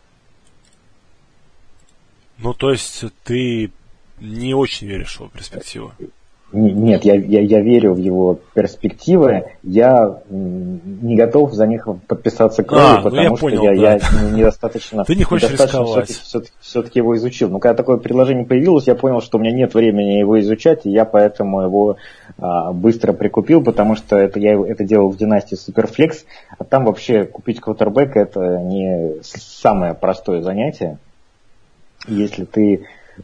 Ну, то есть ты не очень веришь в его перспективу? Нет, я верю в его перспективы. Я не готов за них подписаться кровью, потому что я недостаточно, ты не хочешь рисковать. Все-таки его изучил. Но когда такое предложение появилось, я понял, что у меня нет времени его изучать, и я поэтому его быстро прикупил, потому что я это делал в династии Суперфлекс, а там вообще купить квотербека — это не самое простое занятие. Если ты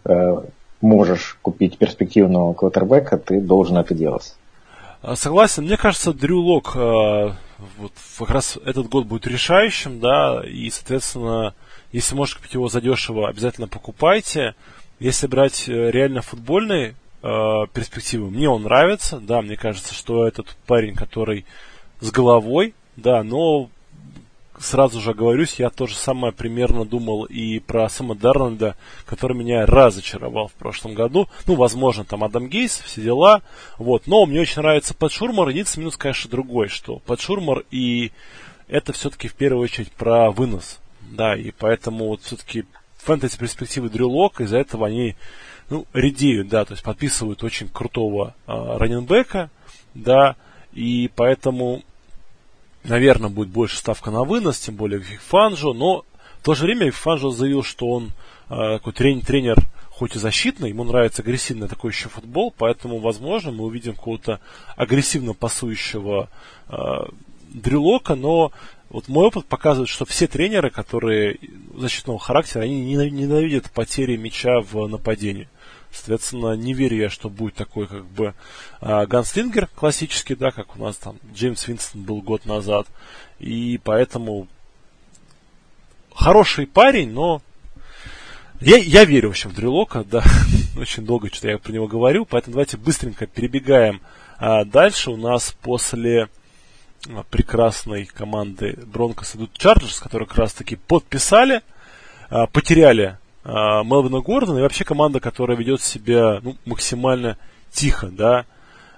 можешь купить перспективного квотербека, ты должен это делать. Согласен. Мне кажется, Дрю Лок вот как раз этот год будет решающим, да, и, соответственно, если можешь купить его задешево, обязательно покупайте. Если брать реально футбольные перспективы, мне он нравится, да, мне кажется, что этот парень, который с головой, да, но сразу же оговорюсь, я тоже самое примерно думал и про Сэма Дарнольда, который меня разочаровал в прошлом году. Ну, возможно, там Адам Гейс, все дела. Вот. Но мне очень нравится Пэт Шурмар. Единственный минус, конечно, другой, что Пэт Шурмар, и это все-таки в первую очередь про вынос. Да, и поэтому вот все-таки фэнтези перспективы Дрю Лока, из-за этого они редеют, да, то есть подписывают очень крутого раннинбека, да, и поэтому наверное, будет больше ставка на вынос, тем более Вик Фанжо, но в то же время Вик Фанжо заявил, что он такой тренер, хоть и защитный, ему нравится агрессивный атакующий футбол, поэтому, возможно, мы увидим какого-то агрессивно пасующего Дрю Лока, но вот мой опыт показывает, что все тренеры, которые защитного характера, они ненавидят потери мяча в нападении. Соответственно, не верю я, что будет такой как бы ганслингер классический, да, как у нас там Джеймс Винстон был год назад. И поэтому хороший парень, но я верю, в общем, в Дрю Лока, да, очень долго что-то я про него говорю, поэтому давайте быстренько перебегаем дальше. У нас после прекрасной команды Бронкос идут Чарджерс, которые как раз таки подписали, потеряли Мелвина Гордона, и вообще команда, которая ведет себя максимально тихо, да.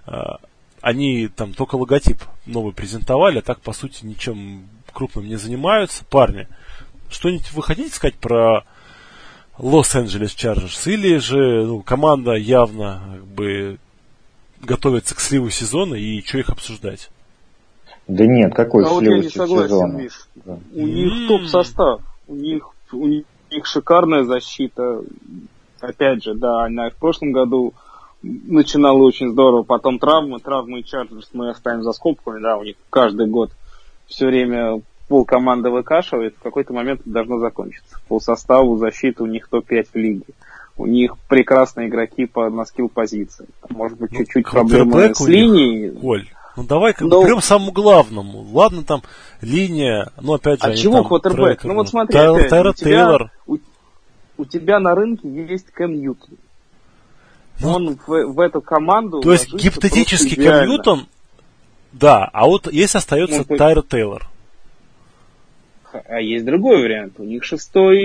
Они там только логотип новый презентовали, а так, по сути, ничем крупным не занимаются. Парни, что-нибудь вы хотите сказать про Лос-Анджелес Чарджерс? Или же команда явно как бы готовится к сливу сезона, и что их обсуждать? Да нет, какой сливу сезона? Я не согласен, Миш. Да. У них топ-состав, у них шикарная защита. Опять же, да, она в прошлом году начинала очень здорово, потом травмы и Чарджерс мы оставим за скобками, да, у них каждый год все время полкоманды выкашивает, в какой-то момент это должно закончиться. По составу защиты у них топ-5 в лиге. У них прекрасные игроки на скилл-позиции. Может быть, чуть-чуть проблемы с линией. Коль, давай берем самому главному. Ладно, там линия, опять же... А чего квотербэк? Вот смотри, Тейлор. У тебя на рынке есть Кэм Ньютон. он в эту команду... То есть гипотетически Кэм Ньютон, да, а вот если остается Тайрод Тейлор. А есть другой вариант. У них шестой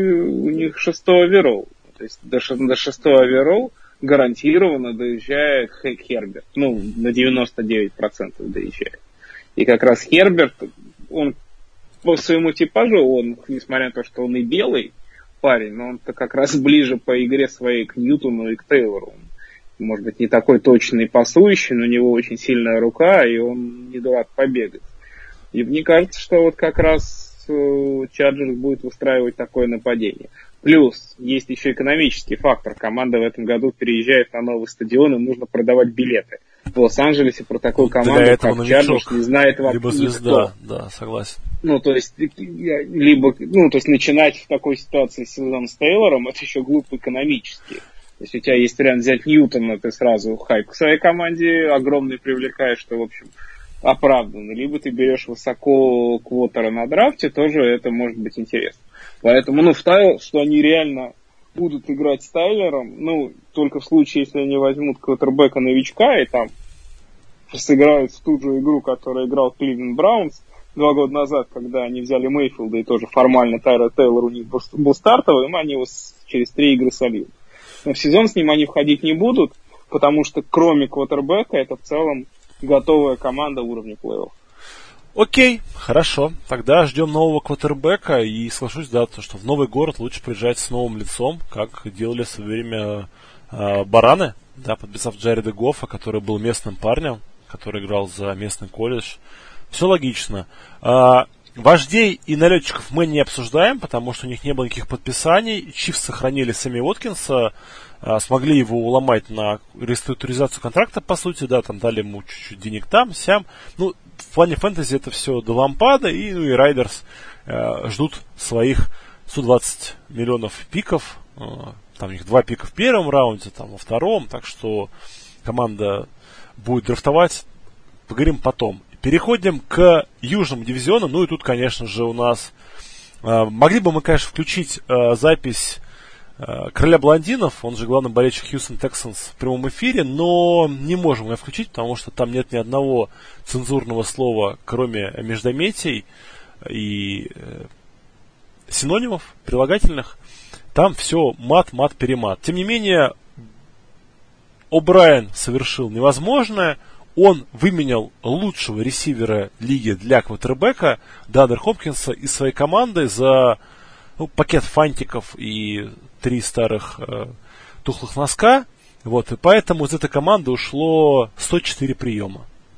оверолл. То есть до шестой оверолл гарантированно доезжает Херберт. Ну, на 99% доезжает. И как раз Херберт, он по своему типажу, он, несмотря на то, что он и белый парень, но он-то как раз ближе по игре своей к Ньютону и к Тейлору. Он, может быть, не такой точный пасующий, но у него очень сильная рука, и он не дурак побегать. И мне кажется, что вот как раз Чарджерс будет выстраивать такое нападение. Плюс есть еще экономический фактор. Команда в этом году переезжает на новый стадион, им нужно продавать билеты. В Лос-Анджелесе про такую команду, как Чарджерс, не знает вообще либо звезда, никто. Да, согласен. Ну, то есть, начинать в такой ситуации сезон с Тейлором, это еще глупо экономически. То есть у тебя есть вариант взять Ньютона, ты сразу хайп к своей команде огромный привлекаешь, что, в общем, оправданно. Либо ты берешь высоко квотера на драфте, тоже это может быть интересно. Поэтому, что они реально будут играть с Тайлером, только в случае, если они возьмут квотербека новичка и там сыграют в ту же игру, которую играл Кливленд Браунс 2 года назад, когда они взяли Мейфилда, и тоже формально Тайрод Тейлор у них был стартовым, они его через 3 игры сольют. Но в сезон с ним они входить не будут, потому что кроме квотербека это в целом готовая команда уровня плей-офф. Окей, хорошо. Тогда ждем нового квотербека и соглашусь, да, что в новый город лучше приезжать с новым лицом, как делали в свое время бараны, да, подписав Джареда Гоффа, который был местным парнем, который играл за местный колледж. Все логично. Вождей и налетчиков мы не обсуждаем, потому что у них не было никаких подписаний. Чифс сохранили Сэмми Уоткинса, смогли его уломать на реструктуризацию контракта, по сути, да, там дали ему чуть-чуть денег там, сям. В плане фэнтези это все до лампада, и Райдерс ждут своих 120 миллионов пиков. Там у них 2 пика в первом раунде, там во втором, так что команда будет драфтовать. Поговорим потом. Переходим к южному дивизиону. И тут, конечно же, у нас... могли бы мы, конечно, включить запись Короля Блондинов, он же главный болельщик Хьюстон Texans в прямом эфире, но не можем ее включить, потому что там нет ни одного цензурного слова, кроме междометий и синонимов, прилагательных. Там все мат-перемат. Тем не менее, О'Брайен совершил невозможное. Он выменял лучшего ресивера лиги для квотербека Дандре Хопкинса из своей команды за пакет фантиков и 3 старых тухлых носка. И поэтому из этой команды ушло 104 приема.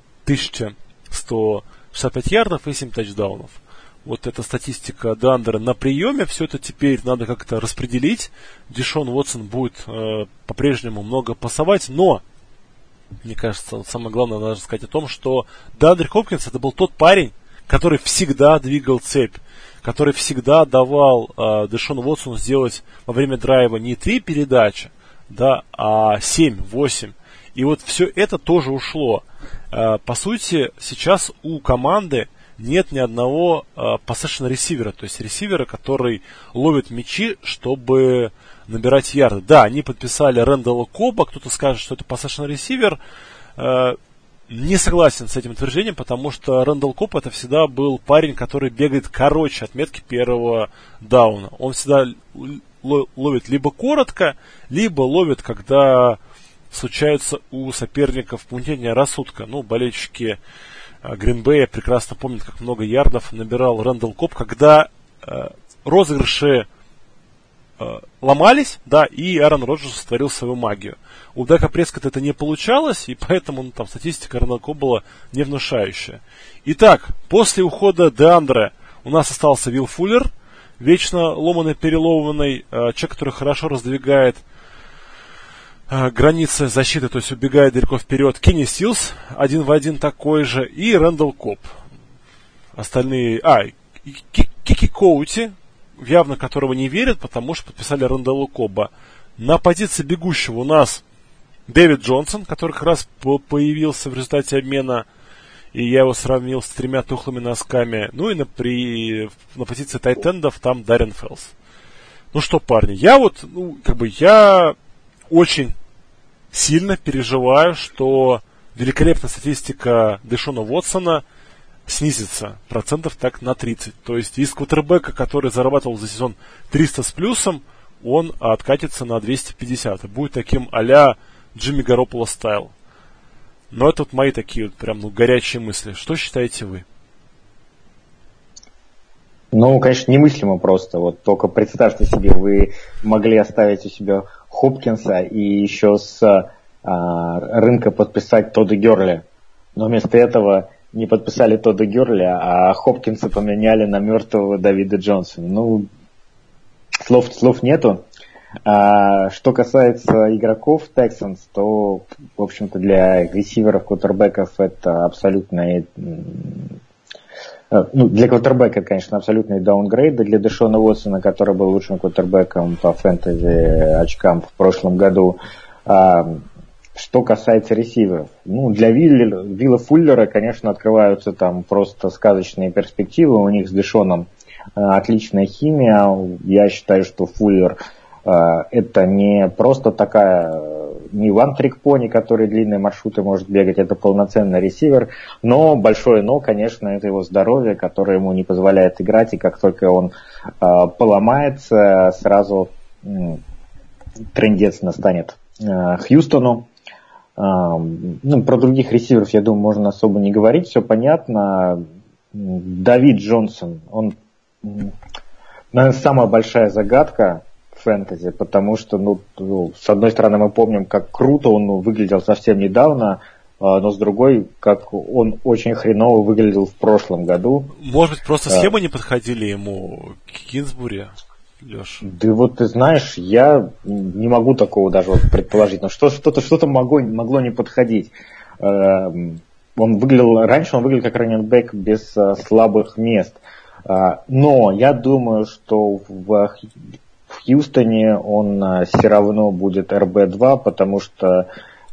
1165 ярдов и 7 тачдаунов. Это статистика Дандера на приеме. Все это теперь надо как-то распределить. Дешон Уотсон будет по-прежнему много пасовать, но мне кажется, самое главное, надо сказать о том, что Дандре Хопкинс это был тот парень, который всегда двигал цепь, который всегда давал Дешону Уотсону сделать во время драйва не 3 передачи, да, а 7-8. И все это тоже ушло. По сути, сейчас у команды нет ни одного possession ресивера, то есть ресивера, который ловит мячи, чтобы набирать ярды. Да, они подписали Рэндалла Коба, кто-то скажет, что это possession ресивер. Не согласен с этим утверждением, потому что Рэндалл Коб это всегда был парень, который бегает короче отметки первого дауна. Он всегда ловит либо коротко, либо ловит, когда случается у соперников помутнение рассудка. Болельщики Грин-Бэя прекрасно помнят, как много ярдов набирал Рэндалл Коб, когда розыгрыши ломались, да, и Аарон Роджерс сотворил свою магию. У Дака Прескотта это не получалось, и поэтому там статистика Аарона Коба была не внушающая. Итак, после ухода Деандре у нас остался Вилл Фуллер, вечно ломаный, переломанный, человек, который хорошо раздвигает границы защиты, то есть убегает далеко вперед. Кенни Стилс, 1 в 1 такой же, и Рэндалл Коб. Остальные... Кики Коути, явно которого не верят, потому что подписали Рэндалла Коба. На позиции бегущего у нас Дэвид Джонсон, который как раз появился в результате обмена, и я его сравнил с 3 тухлыми носками. И на позиции тайтендов там Даррен Фелс. Что, парни, я очень сильно переживаю, что великолепная статистика Дэшона Уотсона снизится процентов так на 30. То есть из квотербека, который зарабатывал за сезон 300 с плюсом, он откатится на 250. И будет таким а-ля Джимми Гарополо стайл. Но это вот мои такие вот прям горячие мысли. Что считаете вы? Ну, конечно, немыслимо просто. Вот только представьте себе, вы могли оставить у себя Хопкинса и еще с рынка подписать Тодда Герли. Но вместо этого не подписали Тодда Герли, а Хопкинса поменяли на мертвого Давида Джонсона. Ну, слов нету. Что касается игроков Texans, то, в общем-то, для ресиверов, квотербеков это абсолютно... Ну, для квотербека, конечно, абсолютный даунгрейд. Для Дэшона Уотсона, который был лучшим квотербеком по фэнтези очкам в прошлом году. Что касается ресиверов. Ну, для Вилла Фуллера, конечно, открываются там просто сказочные перспективы. У них с Дэшоном отличная химия. Я считаю, что Фуллер это не просто такая, не one-trick-pony, который длинные маршруты может бегать, это полноценный ресивер, но большое но, конечно, это его здоровье, которое ему не позволяет играть, и как только он поломается, сразу трындец настанет Хьюстону. Ну, про других ресиверов, я думаю, можно особо не говорить, все понятно. Давид Джонсон, он, наверное, самая большая загадка фэнтези, потому что, ну, с одной стороны, мы помним, как круто он выглядел совсем недавно, но с другой, как он очень хреново выглядел в прошлом году. Может быть, просто схемы не подходили ему к Кинсбури, Леш? Да вот, ты знаешь, я не могу такого даже вот предположить, но что-то могло не подходить. Раньше он выглядел как раннинг-бэк без слабых мест, но я думаю, что в Хьюстоне он все равно будет РБ-2, потому что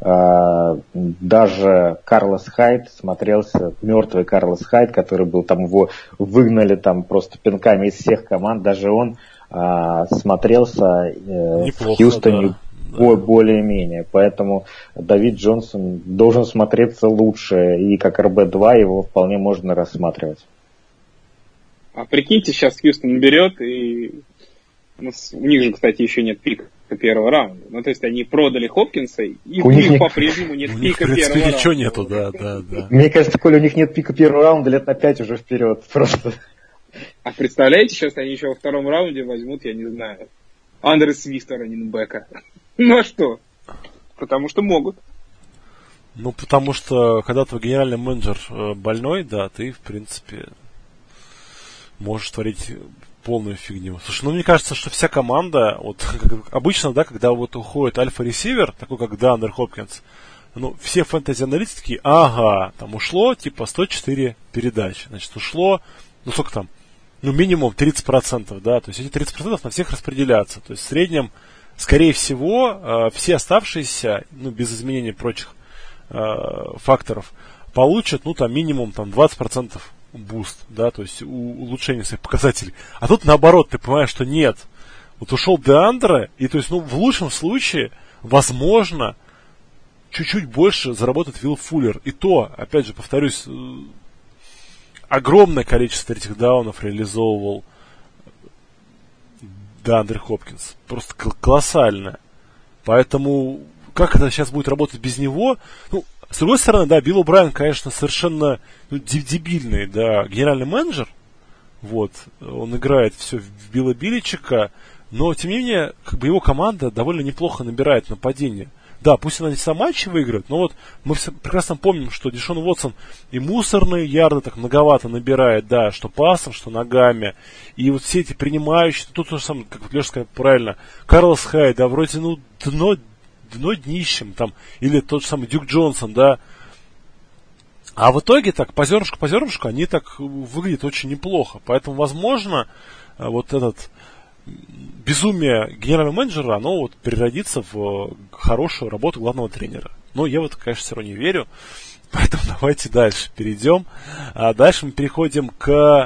даже Карлос Хайд смотрелся, мертвый Карлос Хайд, который был там, его выгнали там просто пинками из всех команд, даже он смотрелся неплохо, в Хьюстоне более-менее. Поэтому Давид Джонсон должен смотреться лучше, и как РБ-2 его вполне можно рассматривать. А прикиньте, сейчас Хьюстон берет, и у них же, кстати, еще нет пика первого раунда. Ну, то есть они продали Хопкинса, и у них по-прежнему нет пика первого раунда. Ничего нету, да. Мне кажется, Коля, у них нет пика первого раунда лет на 5 уже вперед. Просто. А представляете, сейчас они еще во втором раунде возьмут, я не знаю, Андре Свифта, раннинбека. Ну а что? Потому что могут. Ну, потому что, когда твой генеральный менеджер больной, да, ты, в принципе, можешь творить полную фигню. Слушай, ну мне кажется, что вся команда, вот как обычно, да, когда вот уходит альфа-ресивер, такой как Деандре Хопкинс, ну, все фэнтези-аналитики, там ушло, типа, 104 передачи. Значит, ушло, ну, сколько там? Ну, минимум 30%, да, то есть эти 30% на всех распределятся. То есть в среднем, скорее всего, все оставшиеся, ну, без изменения прочих факторов, получат, ну, там, минимум, там, 20% буст, да, то есть улучшение своих показателей. А тут наоборот, ты понимаешь, что нет. Вот ушел Деандре, и то есть, ну, в лучшем случае, возможно, чуть-чуть больше заработает Вилл Фуллер. И то, опять же, повторюсь, огромное количество этих даунов реализовывал Деандре Хопкинс. Просто колоссальное. Поэтому, как это сейчас будет работать без него? Ну, с другой стороны, да, Билл О'Брайен, конечно, совершенно дебильный, да, генеральный менеджер. Вот, он играет все в Билла Биличика, но, тем не менее, как бы его команда довольно неплохо набирает нападение. Да, пусть она не все матчи выиграет, но вот мы все прекрасно помним, что Дэшон Уотсон и мусорные ярды так многовато набирает, да, что пасом, что ногами. И вот все эти принимающие, тут то же самое, как Леша сказал правильно, Карлос Хайд, да, вроде, ну, дно днищем, там, или тот же самый Дюк Джонсон, да. А в итоге так, по зернышку, они так выглядят очень неплохо. Поэтому, возможно, вот этот безумие генерального менеджера, оно вот переродится в хорошую работу главного тренера. Но я вот, конечно, все равно не верю. Поэтому давайте дальше перейдем. Дальше мы переходим к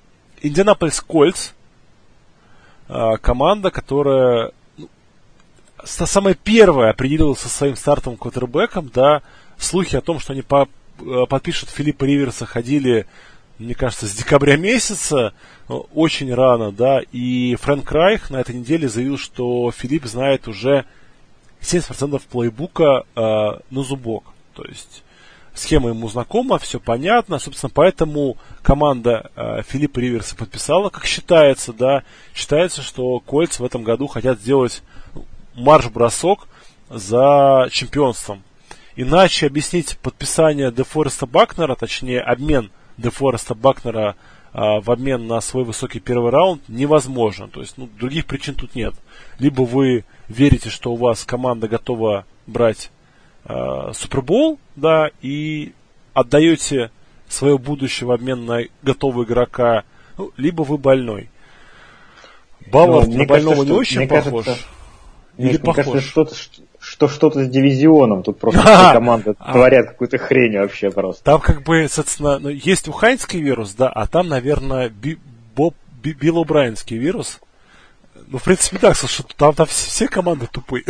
Индианаполис Кольтс. Команда, которая... самое первое определилось со своим стартовым квотербеком, да, слухи о том, что они подпишут Филиппа Риверса, ходили, мне кажется, с декабря месяца, очень рано, да, и Фрэнк Райх на этой неделе заявил, что Филипп знает уже 70% плейбука на зубок, то есть схема ему знакома, все понятно, собственно, поэтому команда Филиппа Риверса подписала, как считается, да, считается, что Кольц в этом году хотят сделать марш-бросок за чемпионством. Иначе объяснить подписание Дефореста Бакнера, точнее обмен Дефореста Бакнера в обмен на свой высокий первый раунд невозможно. То есть, других причин тут нет. Либо вы верите, что у вас команда готова брать Супербол, да, и отдаете свое будущее в обмен на готового игрока, либо вы больной. Баллард на больного не очень похож. Мне кажется, что-то с дивизионом. Тут просто все команды творят какую-то хрень вообще просто. Там соответственно, есть уханьский вирус, да, а там, наверное, Билл О'Брайенский вирус. В принципе, так, слушай, там все команды тупые.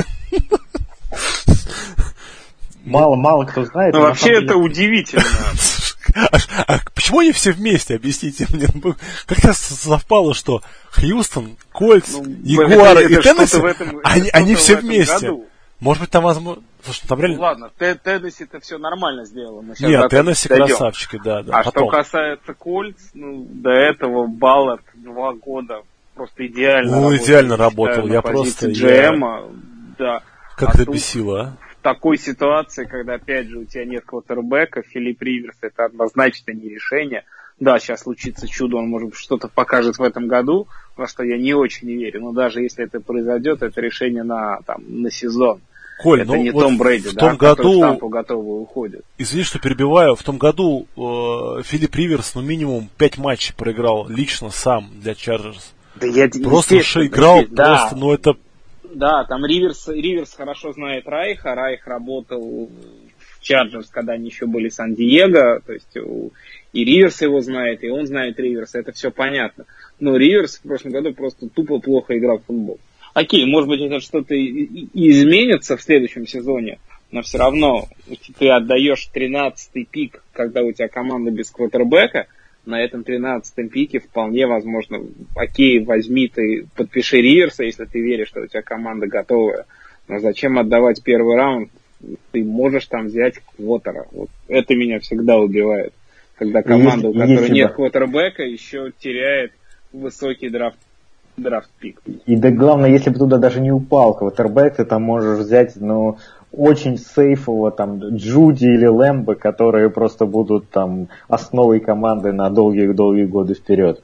Мало кто знает. Вообще это удивительно. А почему они все вместе? Объясните мне. Как-то совпало, что Хьюстон, Кольц, Ягуары и Теннесси, они все вместе. Может быть, там возможно... Слушай, там реально... Ладно, Теннесси-то все нормально сделало. Нет, Теннесси красавчики, да. А что касается Кольц, до этого Баллард 2 года просто идеально идеально работал. Я просто... Да. Как это бесило, а? В такой ситуации, когда, опять же, у тебя нет квотербека, Филипп Риверс — это однозначно не решение. Да, сейчас случится чудо, он, может быть, что-то покажет в этом году, во что я не очень верю. Но даже если это произойдет, это решение на сезон. Коль, это не Том Брэди, да, который в Тампу готовый уходит. Извини, что перебиваю. В том году Филипп Риверс, минимум 5 матчей проиграл лично сам для Чарджерс. Да я просто играл, да. Просто, это... Да, там Риверс хорошо знает Райха. Райх работал в Чарджерс, когда они еще были Сан-Диего. То есть и Риверс его знает, и он знает Риверса. Это все понятно. Но Риверс в прошлом году просто тупо плохо играл в футбол. Окей, может быть, это что-то изменится в следующем сезоне, но все равно ты отдаешь 13-й пик, когда у тебя команда без квотербека. На этом 13-м пике вполне возможно, окей, возьми ты, подпиши Риверса, если ты веришь, что у тебя команда готовая. Но зачем отдавать первый раунд? Ты можешь там взять квотера. Вот это меня всегда убивает. Когда команда, у которой нет квотербека, еще теряет высокий драфт-пик. И да, главное, если бы туда даже не упал квотербек, ты там можешь взять, очень сейфового там Джуди или Лэмбо, которые просто будут там основой команды на долгие-долгие годы вперед.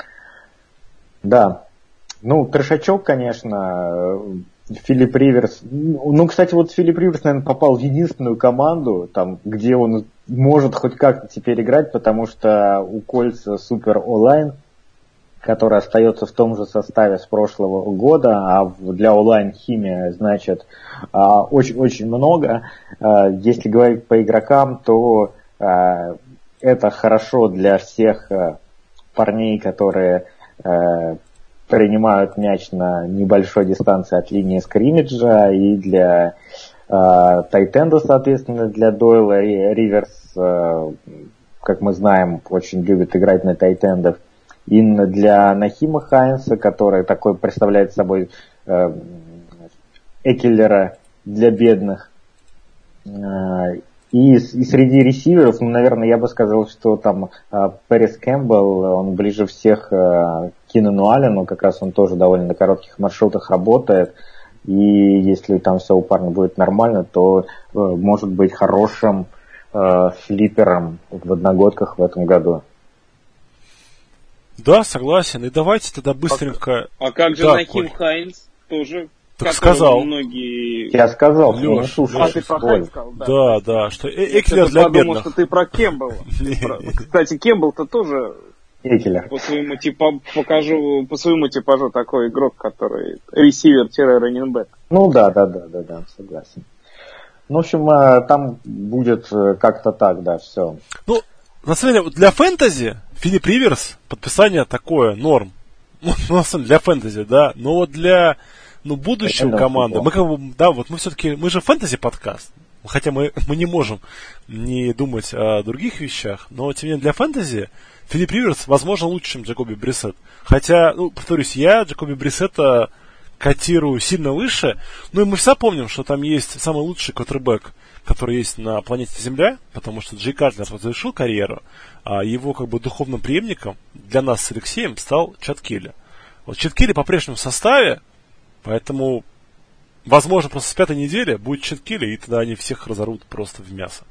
Да. Трешачок, конечно, Филипп Риверс. Кстати, вот Филипп Риверс, наверное, попал в единственную команду, там, где он может хоть как-то теперь играть, потому что у Кольца супер онлайн, который остается в том же составе с прошлого года, а для онлайн химия значит очень-очень много. Если говорить по игрокам, то это хорошо для всех парней, которые принимают мяч на небольшой дистанции от линии скриммиджа, и для тайтенда, соответственно, для Дойла. Риверс, как мы знаем, очень любит играть на тайтендов. И для Нахима Хайнса, который такой представляет собой Экеллера для бедных. И среди ресиверов, наверное, я бы сказал, что там Пэрис Кэмпбелл, он ближе всех к Кинану Аллену, как раз он тоже довольно на коротких маршрутах работает. И если там все у парня будет нормально, то может быть хорошим флиппером в одногодках в этом году. Да, согласен. И давайте тогда быстренько... А как же Нахим Хайнс тоже... Так сказал. Многие... Я сказал, Леш, ты про Хайнс сказал, да. Да, что Экелер для бедных. Я подумал, что ты про Кэмпбелла. Кстати, Кэмпбелл-то тоже... Экелер. По своему типажу такой игрок, который ресивер-раннинбэк. Да, согласен. В общем, там будет как-то так, да, все. На самом деле, для фэнтези Филипп Риверс подписание такое, норм. На самом деле, для фэнтези, да. Но вот для будущее у команды. Мы мы все-таки, мы же фэнтези-подкаст. Хотя мы не можем не думать о других вещах, но тем не менее для фэнтези Филипп Риверс, возможно, лучше, чем Джакоби Брисет. Хотя, повторюсь, я Джакоби Брисета котирую сильно выше, и мы все помним, что там есть самый лучший квотербэк, который есть на планете Земля, потому что Джей Катлер завершил карьеру, а его духовным преемником для нас с Алексеем стал Чад Келли. Вот Чад Келли по-прежнему в составе, поэтому, возможно, просто с 5-й недели будет Чад Келли, и тогда они всех разорвут просто в мясо.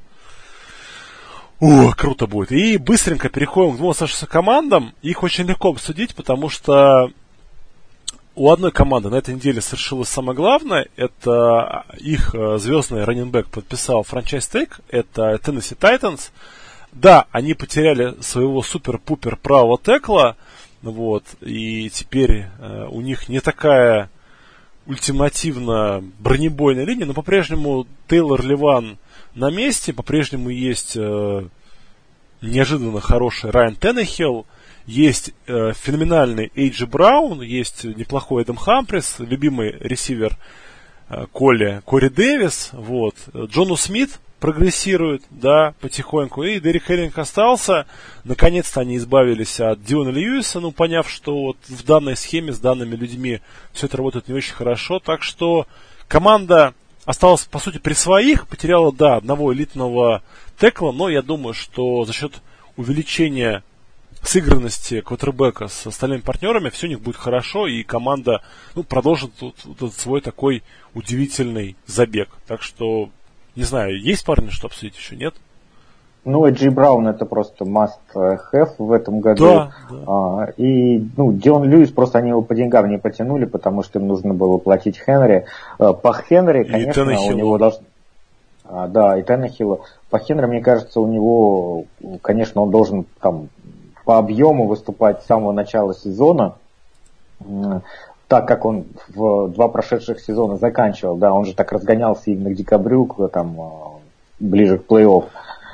Круто будет. И быстренько переходим к двум оставшимся командам. Их очень легко обсудить, потому что у одной команды на этой неделе совершилось самое главное. Это их звездный раннинбэк подписал франчайз-тег. Это Tennessee Titans. Да, они потеряли своего супер-пупер правого текла. И теперь у них не такая ультимативно бронебойная линия, но по-прежнему Тейлор Ливан на месте, по-прежнему есть неожиданно хороший Райан Теннехилл, есть феноменальный Эйджи Браун, есть неплохой Эдам Хамфрис, любимый ресивер Кори Дэвис, Джону Смит прогрессирует, потихоньку, и Дерек Хенрик остался. Наконец-то они избавились от Диона Льюиса, поняв, что в данной схеме с данными людьми все это работает не очень хорошо, так что команда осталась, по сути, при своих, потеряла, одного элитного текла, но я думаю, что за счет увеличения сыгранности квотербека с остальными партнерами все у них будет хорошо, и команда продолжит этот свой такой удивительный забег. Так что, не знаю, есть парни, что обсудить еще, нет? Эджи Браун это просто must have в этом году. Да. И Дион Льюис просто они его по деньгам не потянули, потому что им нужно было платить Хенри. По Хенри, конечно, у него должны... и Теннехиллу. По Хенри, мне кажется, у него, конечно, он должен там по объему выступать с самого начала сезона, так как он в 2 прошедших сезона заканчивал. Он же так разгонялся именно к декабрю, ближе к плей-офф.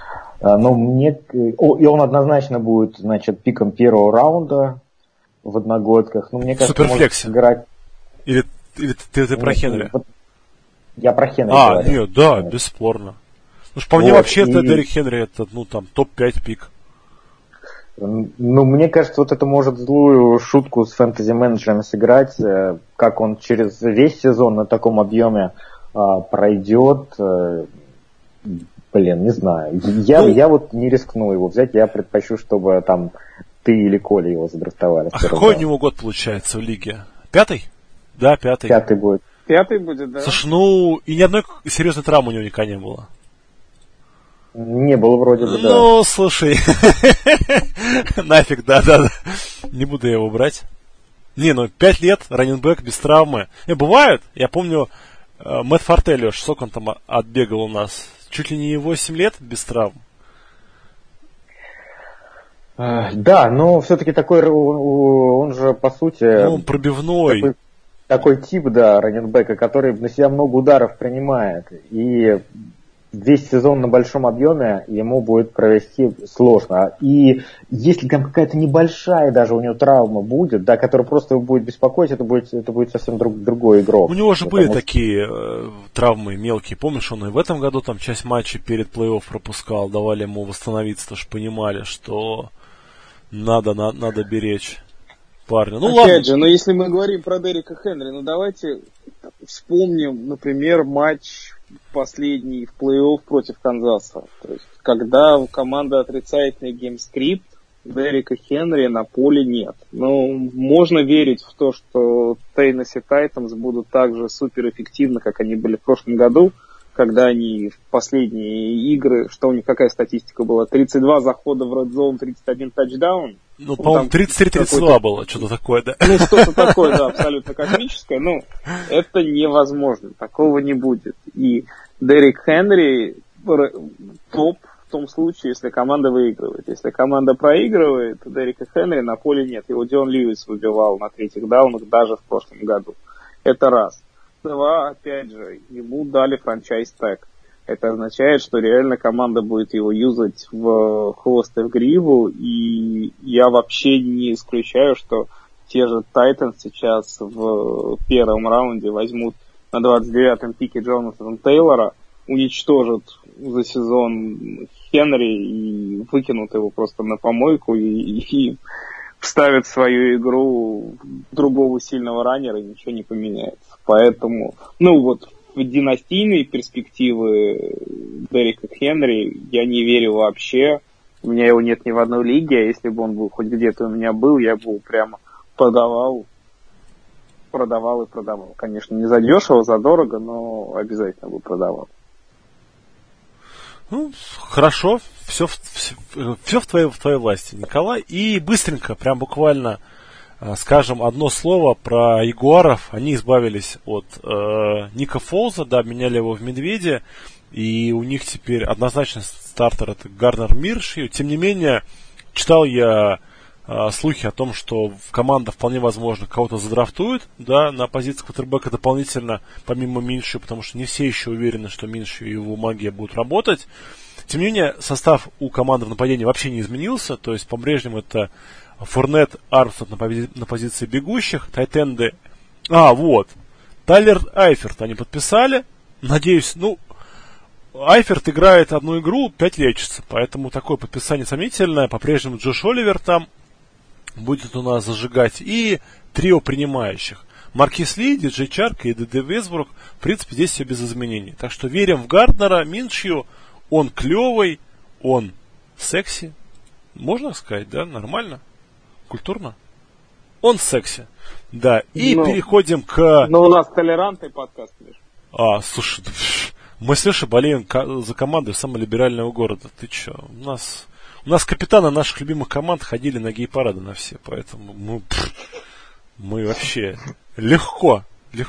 И он однозначно будет, пиком первого раунда в одногодках. Мне кажется, может сыграть... Или ты про Хенри? Я про Хенри говорю. Нет, бесспорно. По мне вообще это Дерек Хенри, это, топ-5 пик. Мне кажется, это может злую шутку с фэнтези-менеджерами сыграть, как он через весь сезон на таком объеме пройдет. Не знаю. Я не рискну его взять, я предпочту, чтобы там ты или Коля его задрафтовали. А какой у него год получается в лиге? 5-й? Да, 5-й. 5-й будет. 5-й будет, да. Слушай, и ни одной серьезной травмы у него никогда не было. Не было вроде бы, да. Слушай, нафиг, да. Не буду я его брать. 5 лет, раннинбэк без травмы. Бывают, я помню, Мэтт Фортеллиош, сколько он там отбегал у нас? Чуть ли не 8 лет без травм. Да, но все-таки такой, он же по сути... он пробивной. Такой тип, раннинбека, который на себя много ударов принимает. И весь сезон на большом объеме ему будет провести сложно. И если там какая-то небольшая даже у него травма будет, которая просто его будет беспокоить, это будет совсем другой игрок. У него же были такие травмы мелкие. Помнишь, он и в этом году там часть матча перед плей-офф пропускал, давали ему восстановиться, потому что понимали, что надо беречь парня. Опять же, если мы говорим про Дерека Хенри, давайте вспомним, например, матч последний в плей-офф против Канзаса. То есть, когда у команды отрицательный геймскрипт, Дерека Хенри на поле нет. Можно верить в то, что Tennessee Titans будут так же суперэффективны, как они были в прошлом году, когда они в последние игры, что у них какая статистика была? 32 захода в Red Zone, 31 тачдаун. По-моему, 33-32 было, что-то такое, да. Что-то такое, да, абсолютно космическое. Это невозможно, такого не будет. И Дерек Хенри топ в том случае, если команда выигрывает. Если команда проигрывает, Дерека Хенри на поле нет. Его Дион Льюис выбивал на 3-х даунах даже в прошлом году. Это раз. 2, опять же, ему дали франчайз-тег. Это означает, что реально команда будет его юзать в хвост и в гриву, и я вообще не исключаю, что те же Тайтанс сейчас в первом раунде возьмут на 29-м пике Джонатана Тейлора, уничтожат за сезон Хенри и выкинут его просто на помойку и вставят в свою игру другого сильного раннера, и ничего не поменяется. Поэтому, в династийные перспективы Дерека Хенри я не верю вообще. У меня его нет ни в одной лиге, а если бы он был хоть где-то у меня был, я бы его прямо продавал. Конечно, не за дешево, за дорого, но обязательно бы продавал. Хорошо, все в твоей власти, Николай. И быстренько, прям буквально, скажем одно слово про ягуаров. Они избавились от Ника Фолза, обменяли его в Медведе, и у них теперь однозначно стартер это Гарнер Миршью. Тем не менее, читал я слухи о том, что команда вполне возможно кого-то задрафтует, на позицию квотербека дополнительно, помимо Миншью, потому что не все еще уверены, что Миншью и его магия будут работать. Тем не менее, состав у команды в нападении вообще не изменился, то есть по-прежнему это Форнет, Армстронг на позиции бегущих, тайтенды. Тайлер Айферт они подписали. Надеюсь, Айферт играет одну игру, 5 лечится, поэтому такое подписание сомнительное. По-прежнему Джош Оливер там будет у нас зажигать. И трио принимающих. Маркис Ли, Диджей Чарк и ДД Весбрук. В принципе, здесь все без изменений. Так что верим в Гарднера, Миншью. Он клевый, он секси. Можно сказать, нормально? Культурно? Он секси. Да, и переходим к... у нас толерантный подкаст, Миш. Слушай, мы с Лешей болеем за команду самого либерального города. Ты че? У нас капитаны наших любимых команд ходили на гей-парады на все, поэтому мы вообще легко.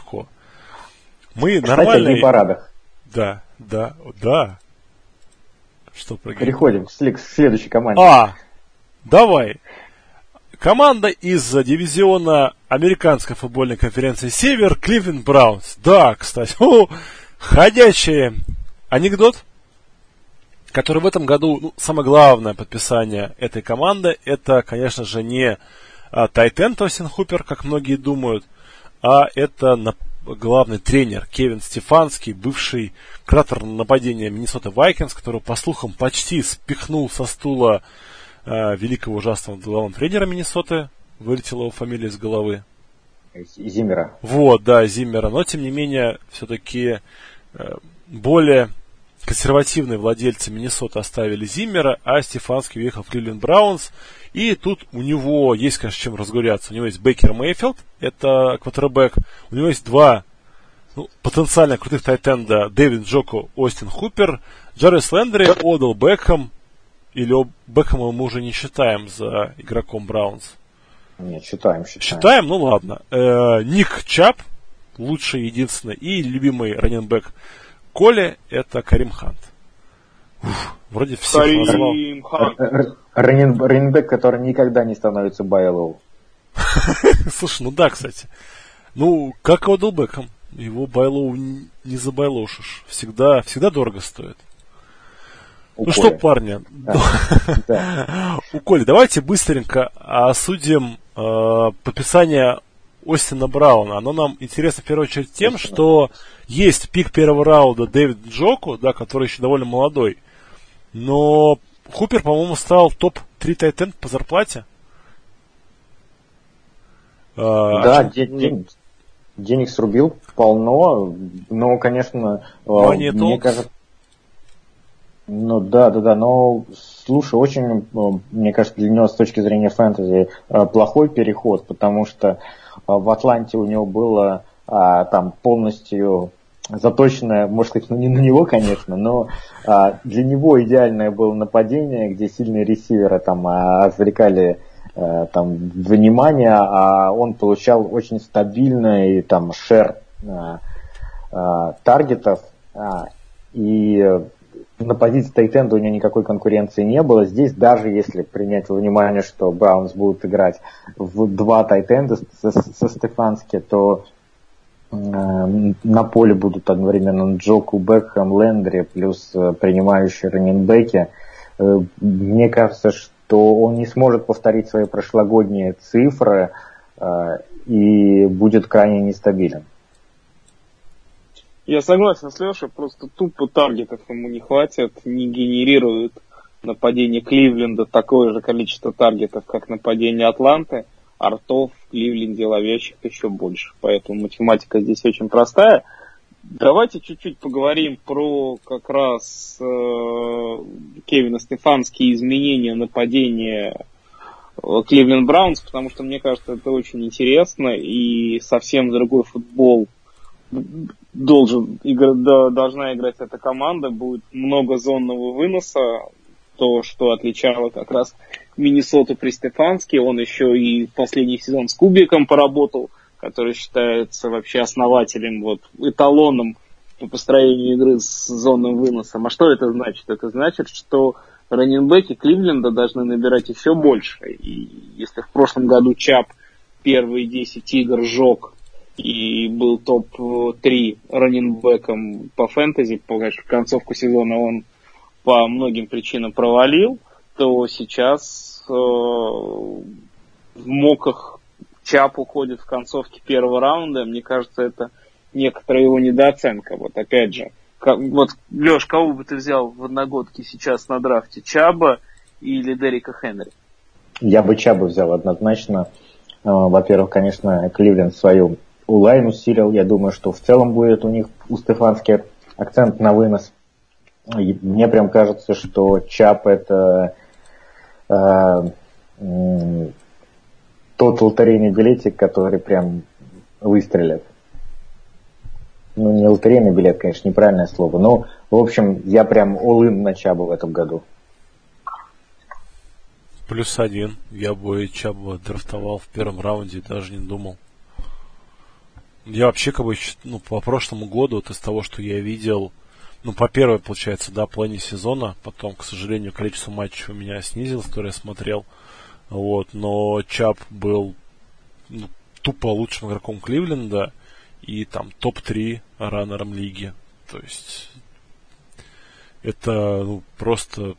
Мы нормальные... о гей-парадах. Да. Что про гей? Переходим к следующей команде. Давай. Команда из дивизиона Американской футбольной конференции Север, Кливленд Браунс. Да, кстати, ходячий анекдот, который в этом году, самое главное подписание этой команды, это, конечно же, не тайтенд Остин Хупер, как многие думают, а это главный тренер Кевин Стефанский, бывший кратер нападения Миннесота Вайкингс, который, по слухам, почти спихнул со стула великого ужасного главного тренера Миннесоты, вылетела его фамилия из головы. Зиммера. Зиммера, но, тем не менее, все-таки более консервативные владельцы Миннесоты оставили Зиммера, а Стефанский уехал в Кливленд Браунс. И тут у него есть, конечно, чем разгуляться. У него есть Бейкер Мейфилд, это квотербек. У него есть два потенциально крутых тайтенда: Дэвид Джоко, Остин Хупер, Джарвис Лендри, Одел Бекхэм. Или Бекхэма мы уже не считаем за игроком Браунс? Нет, считаем. Считаем, ладно. Ник Чап, лучший, единственный, и любимый раннинбэк Коли, это Карим Хант. Вроде всех назвал. Раннинбэк, который никогда не становится байлоу. Слушай, кстати. Как Одел Бекхэм. Его байлоу не забайлошишь. Всегда дорого стоит. Что, парни? У Коли, давайте быстренько осудим подписание Остина Брауна. Оно нам интересно в первую очередь тем, что есть пик первого раунда Дэвид Джоку, который еще довольно молодой. Но Хупер, по-моему, стал топ-3 тайтенд по зарплате. Денег срубил полно, но, конечно, мне кажется... но, слушай, очень, мне кажется, для него с точки зрения фэнтези плохой переход, потому что в Атланте у него было там полностью заточенное, может сказать, не на него, конечно, но для него идеальное было нападение, где сильные ресиверы там отвлекали там внимание, а он получал очень стабильный там шер таргетов, и на позиции тайтенда у него никакой конкуренции не было. Здесь даже если принять во внимание, что Браунс будут играть в два тайтенда со Стефански, то на поле будут одновременно Джоку, Бекхэм, Лендри плюс принимающие раннинбеки. Мне кажется, что он не сможет повторить свои прошлогодние цифры. и будет крайне нестабилен. Я согласен с Лешей, просто тупо таргетов ему не хватит, не генерирует нападение Кливленда такое же количество таргетов, как нападение Атланты, а ртов в Кливленде ловящих еще больше. Поэтому математика здесь очень простая. Давайте чуть-чуть поговорим про как раз Кевина Стефански изменения нападения Кливленд Браунс, потому что мне кажется, это очень интересно и совсем другой футбол должна играть эта команда, будет много зонного выноса, то, что отличало как раз Миннесоту при Стефанске. Он еще и последний сезон с Кубиком поработал, который считается вообще основателем, эталоном по построению игры с зонным выносом. А что это значит? Это значит, что раннинбеки Кливленда должны набирать еще больше. И если в прошлом году Чап первые 10 игр жег и был топ-3 раннинбеком по фэнтези, в концовку сезона он по многим причинам провалил, то сейчас в моках Чап уходит в концовке первого раунда. Мне кажется, это некоторая его недооценка. Опять же, Леш, кого бы ты взял в одногодке сейчас на драфте? Чаба или Дерека Хенри? Я бы Чаба взял однозначно. Во-первых, конечно, Кливленд свою улайн усилил. Я думаю, что в целом будет у них у Стефански акцент на вынос. И мне прям кажется, что Чап это тот лотерейный билетик, который прям выстрелит. Не лотерейный билет, конечно, неправильное слово. Но, в общем, я прям all-in на Чаба в этом году. +1. Я бы Чаба драфтовал в первом раунде, даже не думал. Я вообще, по прошлому году, из того, что я видел, по первой, получается, половине сезона, потом, к сожалению, количество матчей у меня снизилось, которые я смотрел, но Чап был тупо лучшим игроком Кливленда и топ-3 раннером лиги. То есть это просто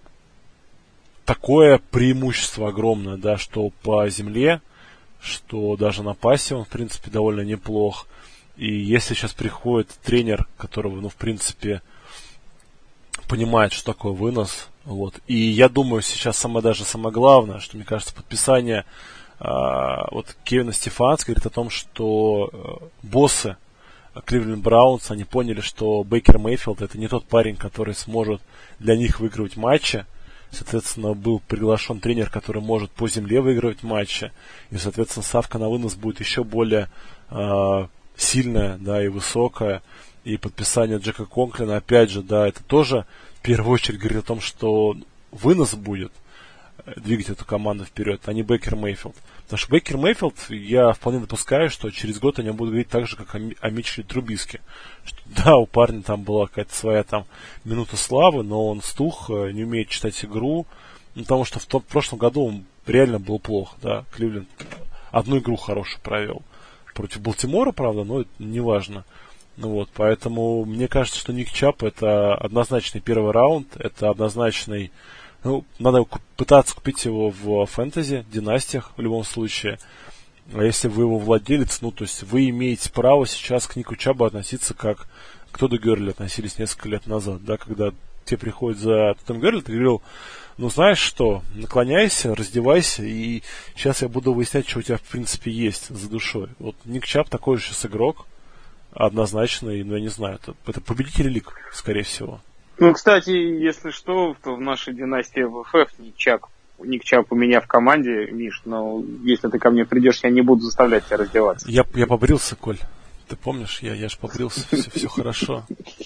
такое преимущество огромное, что по земле, что даже на пасе он, в принципе, довольно неплох. И если сейчас приходит тренер, которого, в принципе, понимает, что такое вынос, и я думаю, сейчас самое главное, что, мне кажется, подписание Кевина Стефански говорит о том, что боссы Кливленд Браунс, они поняли, что Бейкер Мейфилд это не тот парень, который сможет для них выигрывать матчи. Соответственно, был приглашен тренер, который может по земле выигрывать матчи. И, соответственно, ставка на вынос будет еще более сильная, и высокая. И подписание Джека Конклина, опять же, это тоже в первую очередь говорит о том, что вынос будет двигать эту команду вперед, а не Бейкер Мейфилд. Потому что Бейкер Мейфилд, я вполне допускаю, что через год они будут говорить так же, как о Митчеле Трубиске. Что, у парня там была какая-то своя минута славы, но он стух, не умеет читать игру. Потому что в прошлом году он реально был плох, Кливленд одну игру хорошую провел. Против Балтимора, правда, но это не важно. Поэтому мне кажется, что Ник Чап это однозначный первый раунд, это однозначный. Надо пытаться купить его в фэнтези, династиях в любом случае. А если вы его владелец, то есть вы имеете право сейчас к Нику Чабу относиться как к Тодду Герли относились несколько лет назад, когда тебе приходит за Тоддом Герли, ты говорил, знаешь что, наклоняйся, раздевайся, и сейчас я буду выяснять, что у тебя в принципе есть за душой. Ник Чаб такой же сейчас игрок, однозначный, я не знаю, это победитель лиг, скорее всего. Кстати, если что, то в нашей династии ВФФ Ник Чап у меня в команде, Миш, но если ты ко мне придешь, я не буду заставлять тебя раздеваться. Я побрился, Коль. Ты помнишь? Я же побрился, все хорошо.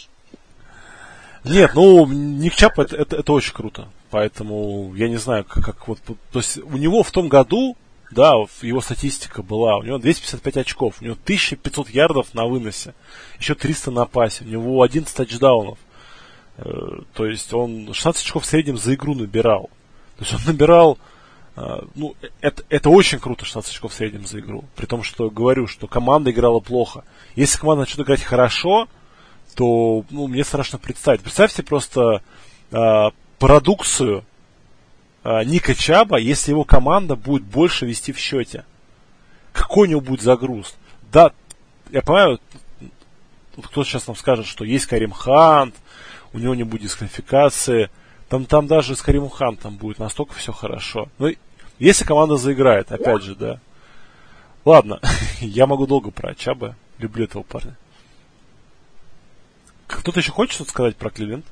Нет, Ник Чап это очень круто. Поэтому я не знаю, то есть у него в том году, его статистика была, у него 255 очков, у него 1500 ярдов на выносе, еще 300 на пасе, у него 11 тачдаунов. То есть он 16 очков в среднем за игру набирал. То есть он набирал, это очень круто, 16 очков в среднем за игру. При том, что говорю, что команда играла плохо. Если команда начнет играть хорошо, то мне страшно представить. Представьте просто продукцию Ника Чаба, если его команда будет больше вести в счете. Какой у него будет загруз? Да, я понимаю, кто сейчас нам скажет, что есть Карим Хант, у него не будет дисквалификации. Там даже с Каримом Хантом будет настолько все хорошо. Но если команда заиграет, опять же, да. Ладно, я могу долго про Чаба. Люблю этого парня. Кто-то еще хочет что-то сказать про Кливленд?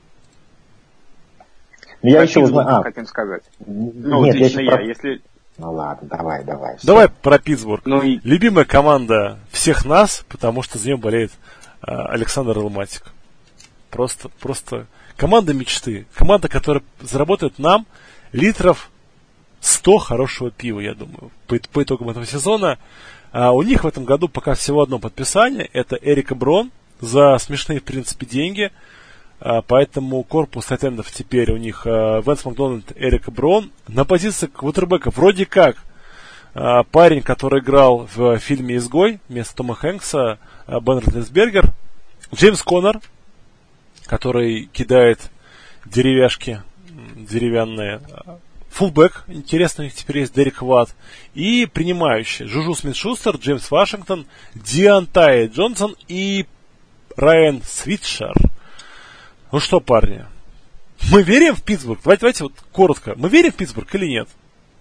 Я еще узнаю. Хотим сказать. Ну, нет, лично я, если... Ну ладно, давай. Давай про Питтсбург. И... Любимая команда всех нас, потому что за нее болеет Александр Илматик. Просто команда мечты. Команда, которая заработает нам литров 100 хорошего пива, я думаю, по итогам этого сезона. У них в этом году пока всего одно подписание. Это Эрик Эброн за смешные, в принципе, деньги. Поэтому корпус тайтендов теперь у них Венс Макдональд, Эрик Эброн. На позиции квотербека вроде как парень, который играл в фильме «Изгой» вместо Тома Хэнкса, Бен Ротлсбергер. Джеймс Коннор, который кидает деревяшки деревянные. Фулбэк, интересно, у них теперь есть Дерек Ватт. И принимающие Жужу Смит-Шустер, Джеймс Вашингтон, Дионтай Джонсон и Райан Свитшер. Ну что, парни, мы верим в Питтсбург? Давайте вот коротко. Мы верим в Питтсбург или нет?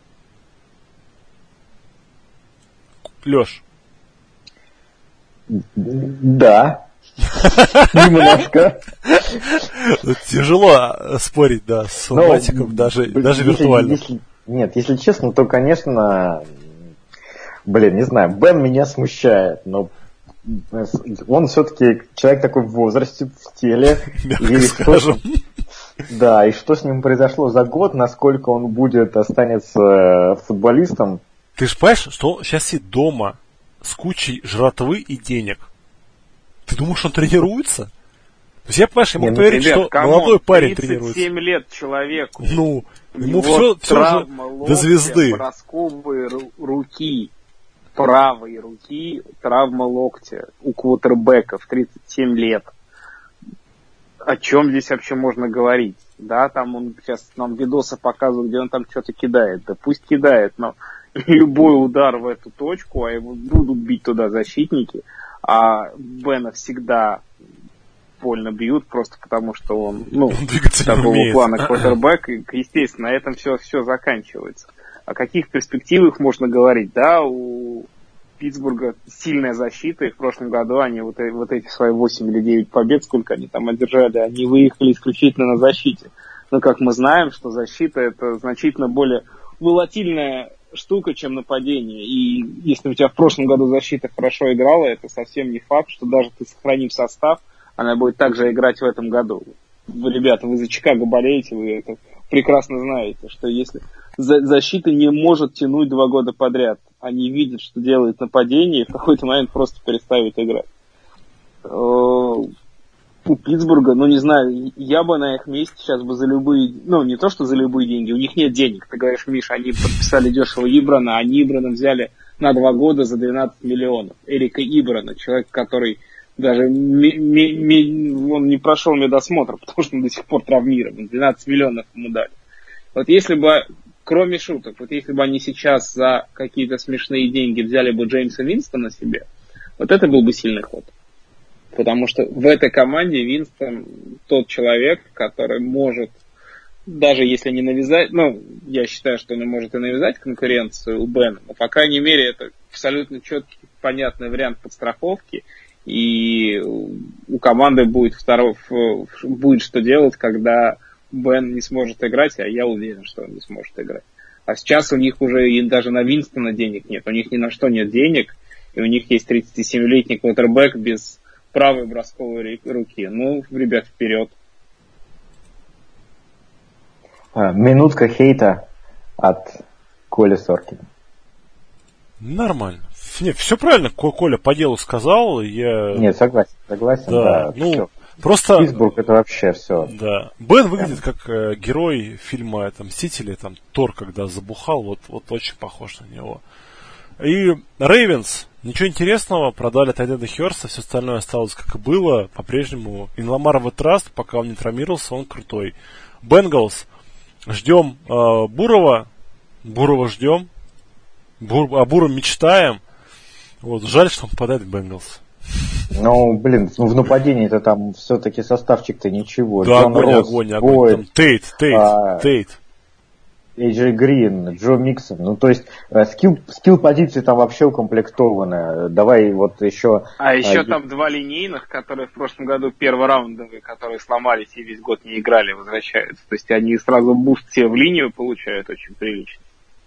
Леш. Да. Немножко. Тяжело спорить, да, с Матиком, даже виртуально. Нет, если честно, то, конечно, не знаю, Бен меня смущает, но он все-таки человек такой в возрасте, в теле. Мягко скажем. Да, и что с ним произошло за год, насколько он останется футболистом. Ты же понимаешь, что он сейчас сидит дома с кучей жратвы и денег. Ты думаешь, он тренируется? То есть я, понимаешь, я могу поверить, что молодой парень тренируется. 37 лет человеку. Ну, ему все же до звезды. Бросковые руки, правой руки, травма локтя у квотербека в 37 лет. О чем здесь вообще можно говорить? Да, там он сейчас нам видосы показывает, где он там что-то кидает. Да пусть кидает, но любой удар в эту точку, а его будут бить туда защитники, а Бена всегда больно бьют, просто потому что он, такого плана квотербэк, и, естественно, на этом все заканчивается. О каких перспективах можно говорить? Да, у Питтсбурга сильная защита, и в прошлом году они вот эти свои 8 или 9 побед, сколько они там одержали, они выехали исключительно на защите. Но как мы знаем, что защита это значительно более волатильная штука, чем нападение. И если у тебя в прошлом году защита хорошо играла, это совсем не факт, что даже ты сохранив состав, она будет так же играть в этом году. Вы, ребята, вы за Чикаго болеете, вы это прекрасно знаете, что если защита не может тянуть 2 года подряд, они видят, что делает нападение, и в какой-то момент просто перестают играть. У Питтсбурга, не знаю, я бы на их месте сейчас бы за любые, не то что за любые деньги, у них нет денег. Ты говоришь, Миша, они подписали дешево Ибрана, они Ибрана взяли на 2 года за 12 миллионов. Эрика Ибрана, человек, который даже он не прошел медосмотр, потому что он до сих пор травмирован. 12 миллионов ему дали. Вот если бы, кроме шуток, если бы они сейчас за какие-то смешные деньги взяли бы Джеймса Винстона себе, вот это был бы сильный ход. Потому что в этой команде Винстон тот человек, который может, даже если не навязать, я считаю, что он может и навязать конкуренцию у Бена, но, по крайней мере, это абсолютно четкий, понятный вариант подстраховки, и у команды будет что делать, когда Бен не сможет играть, а я уверен, что он не сможет играть. А сейчас у них уже и даже на Винстона денег нет, у них ни на что нет денег, и у них есть 37-летний квотербэк без правой бросковой руки. Ребят, вперед. Минутка хейта от Коли Соркина. Нормально. Нет, все правильно, Коля по делу сказал. Нет, согласен. Да, просто... Питтсбург это вообще все. Да. Бен выглядит как герой фильма «Мстители», там Тор, когда забухал, вот очень похож на него. И Рейвенс, ничего интересного, продали тайтенда Хёрста, все остальное осталось как и было, по-прежнему. И Ламарова Траст, пока он не травмировался, он крутой. Бенгалс, ждем Бурова ждем. О Буром мечтаем. Вот, жаль, что он попадает в Бенгалс. Ну, блин, в нападении-то там все-таки составчик-то ничего. Да, Джон Росс, огонь. Там Тейт. Эйджей Грин, Джо Миксон. Ну, то есть, скилл позиции там вообще укомплектованы. Давай вот еще... А еще там два линейных, которые в прошлом году первораундовые, которые сломались и весь год не играли, возвращаются. То есть, они сразу буст себе в линию получают очень прилично.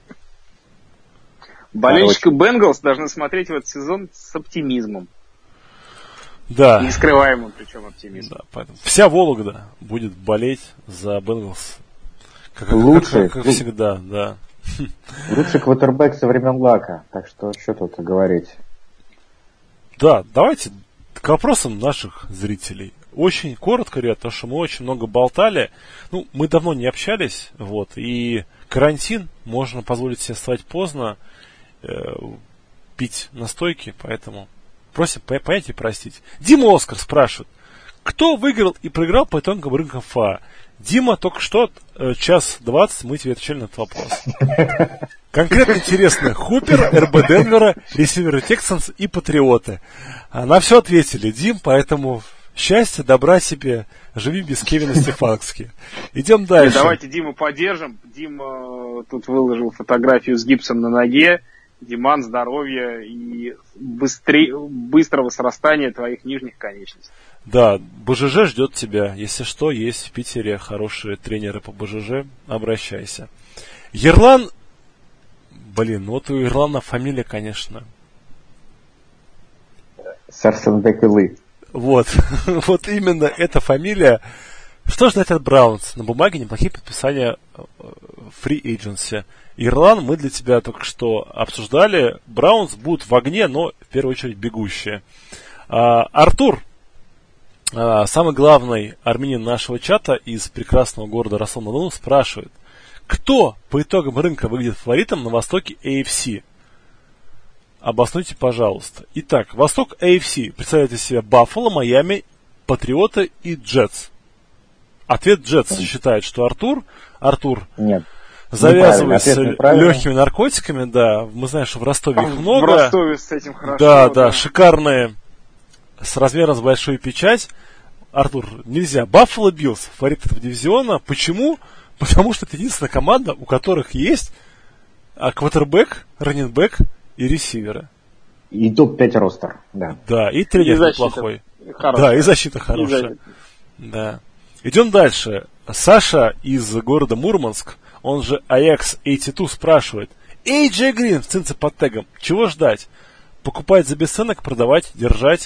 Болельщики Бенгалс должны смотреть в этот сезон с оптимизмом. Да. Нескрываемым причем оптимизмом. Да, поэтому вся Вологда будет болеть за Бенгалс. Лучший. Как всегда, да. Лучший квотербэк со времен Лака. Так что тут говорить. Да, давайте к вопросам наших зрителей. Очень коротко, ребят, потому что мы очень много болтали. Ну, мы давно не общались, вот, и карантин, можно позволить себе вставать поздно, пить настойки, поэтому просим понять и простить. Дима Оскар спрашивает, кто выиграл и проиграл по итогам рынка ФА? Дима, только что, 1:20, мы тебе отвечали на этот вопрос. Конкретно интересно, Хупер, РБ Денвера, ресиверы Тексанс и Патриоты. На все ответили, Дим, поэтому счастья, добра себе, живи без Кевина Стефански. Идем дальше. Давайте Диму поддержим. Дима тут выложил фотографию с гипсом на ноге. Диман, здоровья и быстрого срастания твоих нижних конечностей. Да, БЖЖ ждет тебя. Если что, есть в Питере хорошие тренеры по БЖЖ. Обращайся. Ерлан... Блин, вот у Ерлана фамилия, конечно. Сарсенбек-Илы. Вот. Вот именно эта фамилия. Что ждать от Браунс? На бумаге неплохие подписания free agency. Ирлан, мы для тебя только что обсуждали. Браунс будут в огне, но в первую очередь бегущие. Артур, самый главный армянин нашего чата из прекрасного города Ростов-на-Дону, спрашивает, кто по итогам рынка выглядит фаворитом на востоке AFC? Обоснуйте, пожалуйста. Итак, восток AFC представляет из себя Баффало, Майами, Патриоты и Джетс. Ответ Джетс считает, что Артур Нет. завязывается легкими наркотиками, да. Мы знаем, что в Ростове их много. В Ростове с этим хорошо. Да, шикарные, с размером с большую печать. Артур, нельзя. Баффало Биллс, фаворит этого дивизиона. Почему? Потому что это единственная команда, у которых есть квотербэк, раннинбэк и ресиверы. И топ-5 ростер, да. Да, и тренер неплохой. Да, и защита хорошая. Да. Идем дальше. Саша из города Мурманск, он же AX82, спрашивает. Эйджей Грин в цинце под тегом. Чего ждать? Покупать за бесценок, продавать, держать?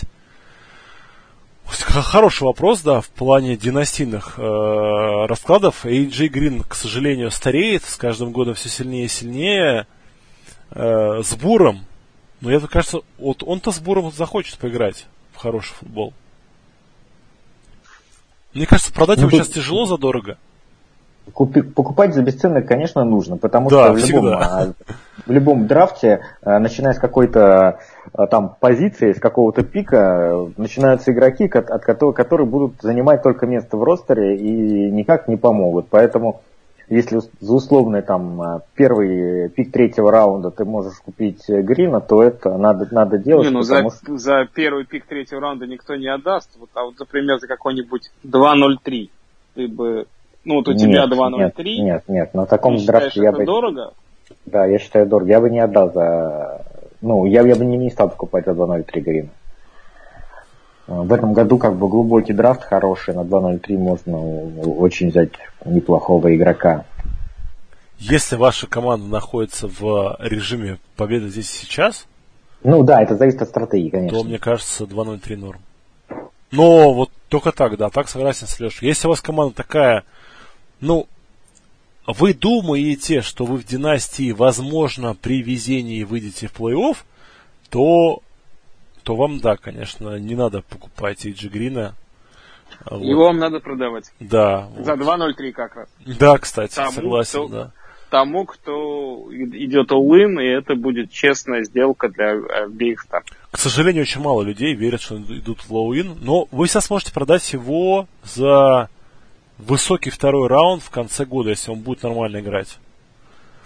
Хороший вопрос, да, в плане династийных раскладов. Эйджей Грин, к сожалению, стареет, с каждым годом все сильнее и сильнее. С Буром, но мне кажется, вот он-то с Буром захочет поиграть в хороший футбол. Мне кажется, продать его сейчас тяжело, задорого. Покупать за бесценок, конечно, нужно, потому что в любом драфте, начиная с какой-то там позиции, с какого-то пика, начинаются игроки, которые будут занимать только место в ростере и никак не помогут. Поэтому, если за условный там первый пик третьего раунда ты можешь купить Грина, то это надо делать. За первый пик третьего раунда никто не отдаст. А вот, например, за какой-нибудь 2.03 ты бы... Ну, вот у тебя 2.03. Нет, на таком драфте я бы... дорого? Да, я считаю дорого. Я бы не отдал за... Ну, я бы не стал покупать за 2.03 Грина. В этом году как бы глубокий драфт хороший. На 2.03 можно очень взять неплохого игрока. Если ваша команда находится в режиме победы здесь и сейчас... Ну да, это зависит от стратегии, конечно. То, мне кажется, 2.03 норм. Но вот только так, да, так согласен с Лешей. Если у вас команда такая... Ну, вы думаете, что вы в династии, возможно, при везении выйдете в плей-офф, то вам, да, конечно, не надо покупать Эйджи Грина. Вот. Его вам надо продавать. Да. За 2.03 как раз. Да, кстати, согласен, да. Тому, кто идет all-in, и это будет честная сделка для обеих сторон. К сожалению, очень мало людей верят, что идут в all-in, но вы сейчас сможете продать его за высокий второй раунд в конце года, если он будет нормально играть.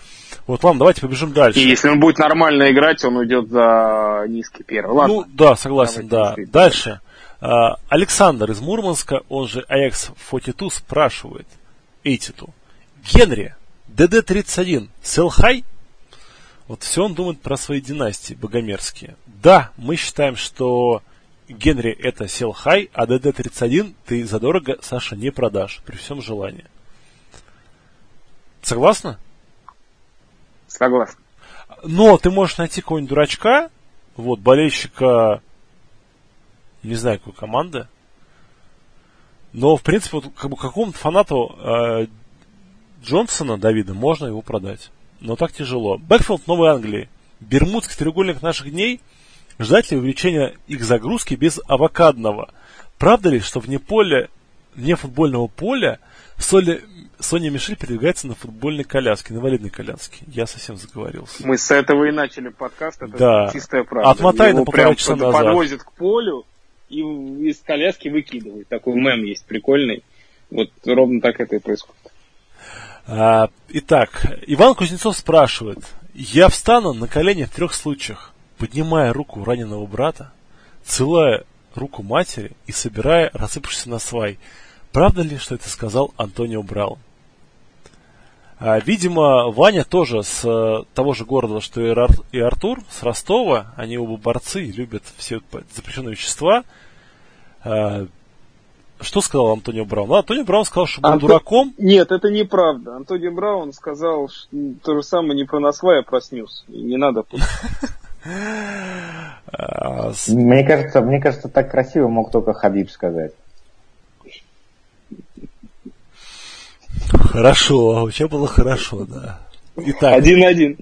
Вот, ладно, давайте побежим дальше. И если он будет нормально играть, он уйдет за низкий первый. Ладно. Ну, да, согласен, да. Дальше. Александр из Мурманска, он же AX42, спрашивает Эйтиту. Генри, ДД-31, sell high? Вот все он думает про свои династии богомерзкие. Да, мы считаем, что Генри это sell high, а ДД-31 ты задорого, Саша, не продашь, при всем желании. Согласна? Согласен. Но ты можешь найти какого-нибудь дурачка, вот, болельщика, не знаю, какой команды, но, в принципе, вот, как бы какому-то фанату Джонсона, Давида, можно его продать. Но так тяжело. Бэкфилд Новой Англии. Бермудский треугольник наших дней. Ждать ли увеличения их загрузки без авокадного? Правда ли, что вне футбольного поля Соня Мишель передвигается на футбольной коляске, на инвалидной коляске? Я совсем заговорился. Мы с этого и начали подкаст. Это чистая правда. Отмотай на полтора часа назад. Подвозят к полю и из коляски выкидывают. Такой мем есть прикольный. Вот ровно так это и происходит. Итак, Иван Кузнецов спрашивает. Я встану на колени в 3 случаях, поднимая руку раненого брата, целуя руку матери и собирая рассыпавшийся на свай. Правда ли, что это сказал Антонио Браун? Видимо, Ваня тоже с того же города, что и Артур, с Ростова. Они оба борцы и любят все запрещенные вещества. Что сказал Антонио Браун? Антонио Браун сказал, что был дураком. Нет, это неправда. Антонио Браун сказал то же самое не про насвай, а про снюс. Не надо путать. Мне кажется, так красиво мог только Хабиб сказать. Хорошо, у тебя было хорошо, да. Итак. 1-1.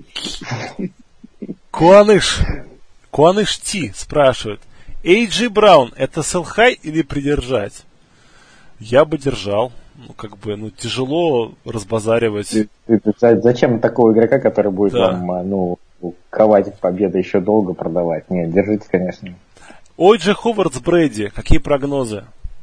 Куаныш Ти спрашивает. Эйджи Браун, это sell high или придержать? Я бы держал. Тяжело разбазаривать. Зачем такого игрока, который будет вам, кровать победы еще долго продавать? Нет, держите, конечно. Ой-Джи Ховардс Брэди, какие прогнозы?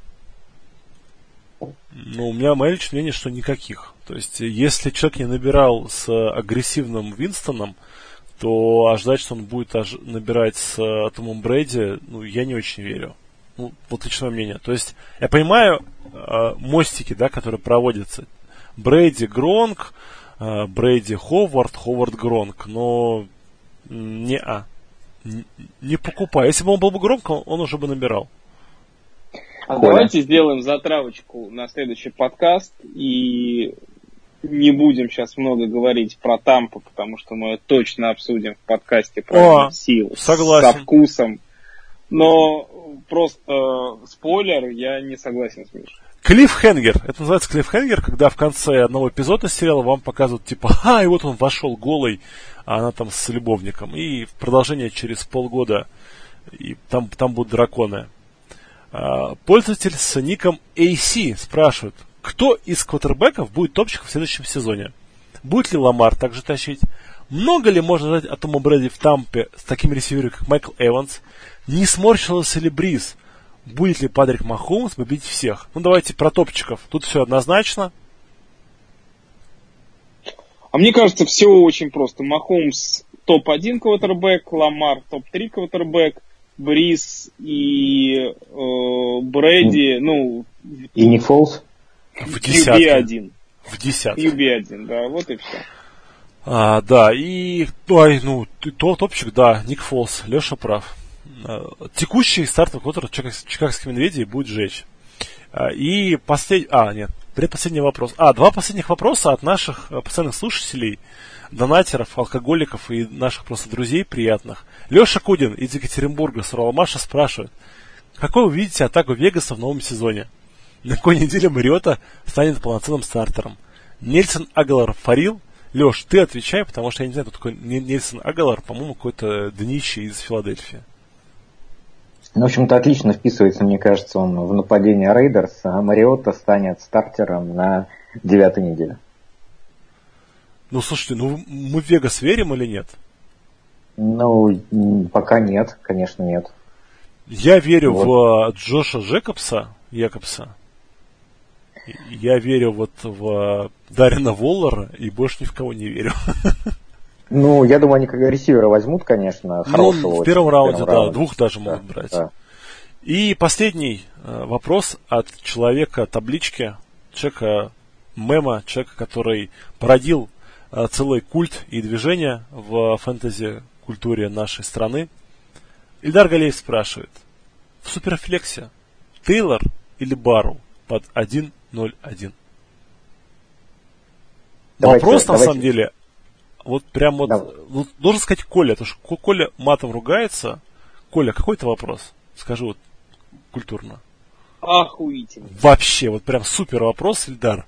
У меня мое личное мнение, что никаких. То есть, если человек не набирал с агрессивным Винстоном, то ожидать, что он будет набирать с Томом Брэди, я не очень верю. Вот личное мнение. То есть, я понимаю мостики, да, которые проводятся. Брэди Гронк, Брэди Ховард, Ховард Гронк, но не покупаю. Если бы он был бы Гронк, он уже бы набирал. Давайте сделаем затравочку на следующий подкаст и не будем сейчас много говорить про Тампу, потому что мы точно обсудим в подкасте про сил со вкусом. Но просто спойлер, я не согласен с Мишей. Клиффхенгер. Это называется клиффхенгер, когда в конце одного эпизода сериала вам показывают, и вот он вошел голый, а она там с любовником. И в продолжение через полгода и там будут драконы. Пользователь с ником AC спрашивает, кто из квотербеков будет топчиком в следующем сезоне? Будет ли Ламар также тащить? Много ли можно ждать от Тома Брэди в Тампе с таким ресивером, как Майкл Эванс? Не сморщился ли Бриз? Будет ли Патрик Махомс победить всех? Давайте про топчиков. Тут все однозначно. А мне кажется, все очень просто. Махомс топ-1 квотербек, Ламар топ-3 квотербек, Бриз и Брэди, И Ник Фолс? В десятке. QB1. В десятке. QB1, да, вот и все. Да, и топчик, да, Ник Фолс, Леша прав. Текущий стартовый квотер Чикагских Медведей будет жечь. И предпоследний вопрос. 2 последних вопроса от наших постоянных слушателей, донатеров, алкоголиков и наших просто друзей приятных. Леша Кудин из Екатеринбурга с Уралмаша спрашивает, какой вы видите атаку Вегаса в новом сезоне? На какой неделе Мариота станет полноценным стартером? Нельсон Агалар Фарил? Леш, ты отвечай, потому что я не знаю, кто такой Нельсон Агалар, по-моему, какой-то днище из Филадельфии. В общем-то, отлично вписывается, мне кажется, он в нападение Рейдерс, а Мариотта станет стартером на 9-й неделе. Слушайте, мы в Вегас верим или нет? Пока нет, конечно, нет. Я верю в Джоша Якобса. Я верю в Даррена Воллера и больше ни в кого не верю. Ну, я думаю, они как ресивера возьмут, конечно, хорошего. Ну, в первом раунде, да, двух даже могут брать. Да. И последний вопрос от человека таблички, человека мема, человека, который породил целый культ и движение в фэнтези-культуре нашей страны. Ильдар Галеев спрашивает: в суперфлексе Тейлор или Барроу под 1.01? Вопрос, на самом деле, вот прям вот, вот должен сказать Коля, потому что Коля матом ругается. Коля, какой-то вопрос? Скажи вот культурно. Охуительно. Вообще, вот прям супер вопрос, Ильдар.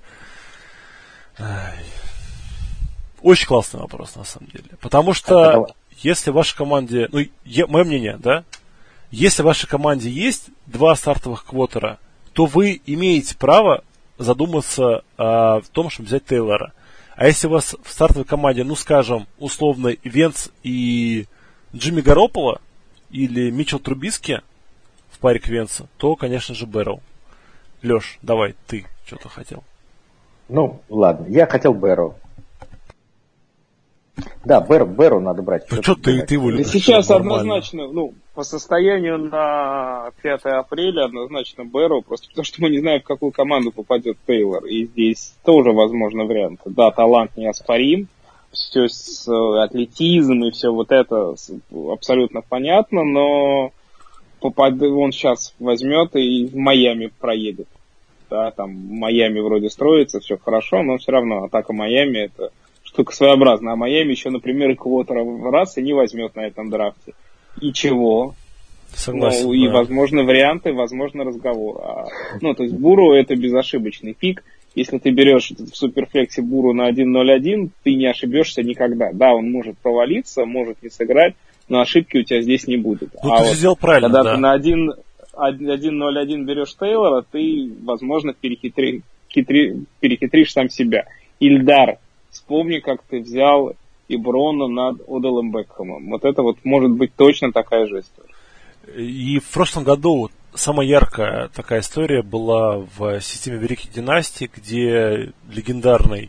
Очень классный вопрос, на самом деле. Потому что если в вашей команде, ну, мое мнение, да, если в вашей команде есть два стартовых квотера, то вы имеете право задуматься о том, чтобы взять Тейлора. А если у вас в стартовой команде, ну, скажем, условно, Венц и Джимми Гарополо или Митчелл Трубиски в паре к Венцу, то, конечно же, Бэрроу. Леш, давай, ты что-то хотел. Ну, ладно, я хотел Бэрроу. Да, Бэрроу надо брать. Ну, что ты его любишь? Сейчас однозначно, ну, по состоянию на 5 апреля однозначно Бэрроу, просто потому что мы не знаем, в какую команду попадет Тейлор. И здесь тоже возможны варианты. Да, талант неоспорим, все с атлетизм и все вот это абсолютно понятно, но он сейчас возьмет и в Майами проедет. Да, там Майами вроде строится, все хорошо, но все равно атака Майами это штука своеобразная. А Майами еще, например, и квотера раз и не возьмет на этом драфте. И чего? Согласен. Ну, и возможны варианты, возможно разговор. Ну, то есть Буру это безошибочный пик. Если ты берешь в суперфлексе Буру на 1.01, ты не ошибешься никогда. Да, он может провалиться, может не сыграть, но ошибки у тебя здесь не будет. Ну, ты вот сделал правильно, когда да. Ты на 1.01 берешь Тейлора, ты, возможно, перехитришь сам себя. Ильдар, вспомни, как ты взял Иброна над Оделом Бекхэмом. Вот это вот может быть точно такая же история. И в прошлом году самая яркая такая история была в системе Великих Династий, где легендарный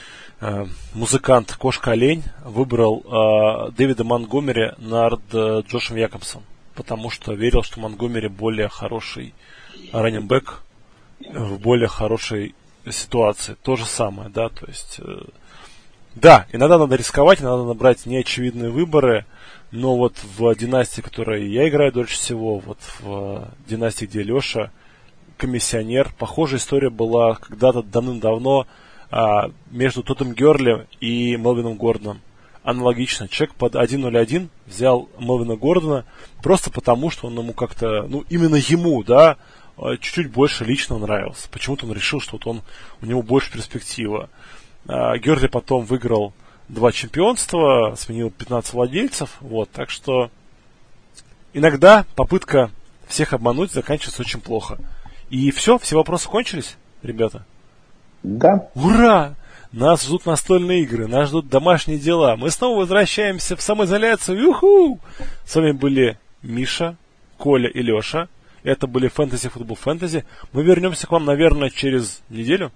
музыкант Кошка-Олень выбрал Дэвида Монгомери над Джошем Якобсом, потому что верил, что Монгомери более хороший раннинг-бэк в более хорошей ситуации. То же самое, да, то есть... Да, иногда надо рисковать, иногда надо брать неочевидные выборы, но вот в династии, в которой я играю дольше всего, вот в династии, где Леша комиссионер, похожая история была когда-то давным-давно между Тоттом Герли и Мелвином Гордоном. Аналогично, человек под 1.01 взял Мелвина Гордона просто потому, что он ему как-то, ну, именно ему, да, чуть-чуть больше лично нравился. Почему-то он решил, что вот у него больше перспектива. Герли потом выиграл 2 чемпионства, сменил 15 владельцев, вот, так что иногда попытка всех обмануть заканчивается очень плохо. И все вопросы кончились, ребята? Да. Ура! Нас ждут настольные игры, нас ждут домашние дела. Мы снова возвращаемся в самоизоляцию. Юху! С вами были Миша, Коля и Леша. Это были Fantasy Football Fantasy. Мы вернемся к вам, наверное, через неделю.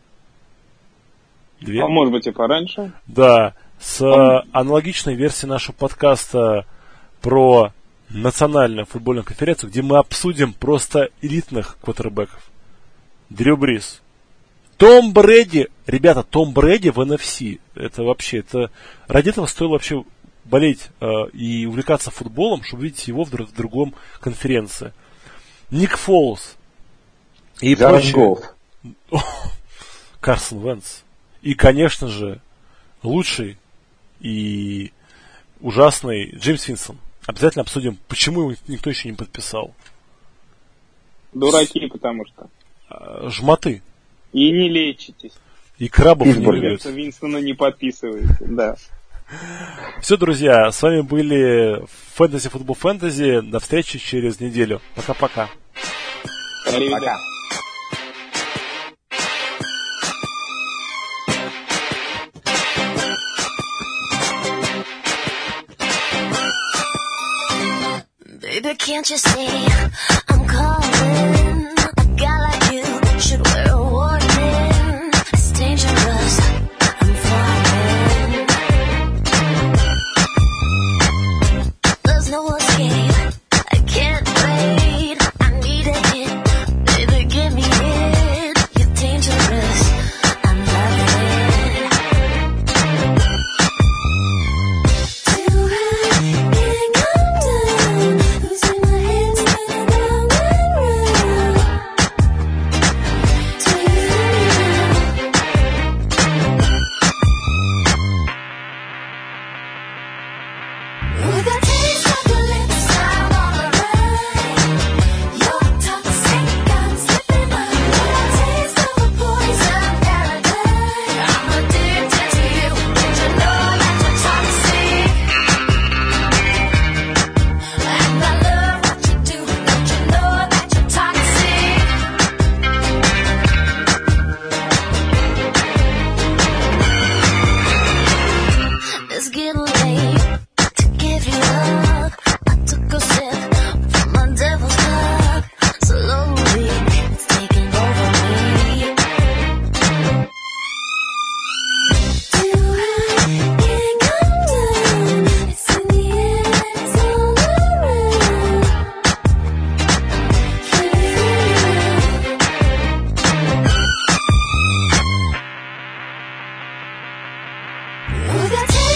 2. А может быть и пораньше. Да, с аналогичной версией нашего подкаста про национальную футбольную конференцию, где мы обсудим просто элитных квотербеков. Дрю Брис, Том Брэди. Ребята, Том Брэди в NFC. Это вообще, ради этого стоило вообще болеть и увлекаться футболом, чтобы видеть его в другом конференции. Ник Фолс. И прочие. Карсон Венц. И, конечно же, лучший и ужасный Джеймс Винсон. Обязательно обсудим, почему его никто еще не подписал. Дураки, потому что. Жмоты. И не лечитесь. И крабов не любят. Винсона не подписывайте, да. Все, друзья, с вами были Fantasy Football Fantasy. До встречи через неделю. Пока-пока. Пока. Baby, can't you see I'm calling? A guy like you should wear a warning. It's dangerous, I'm falling. got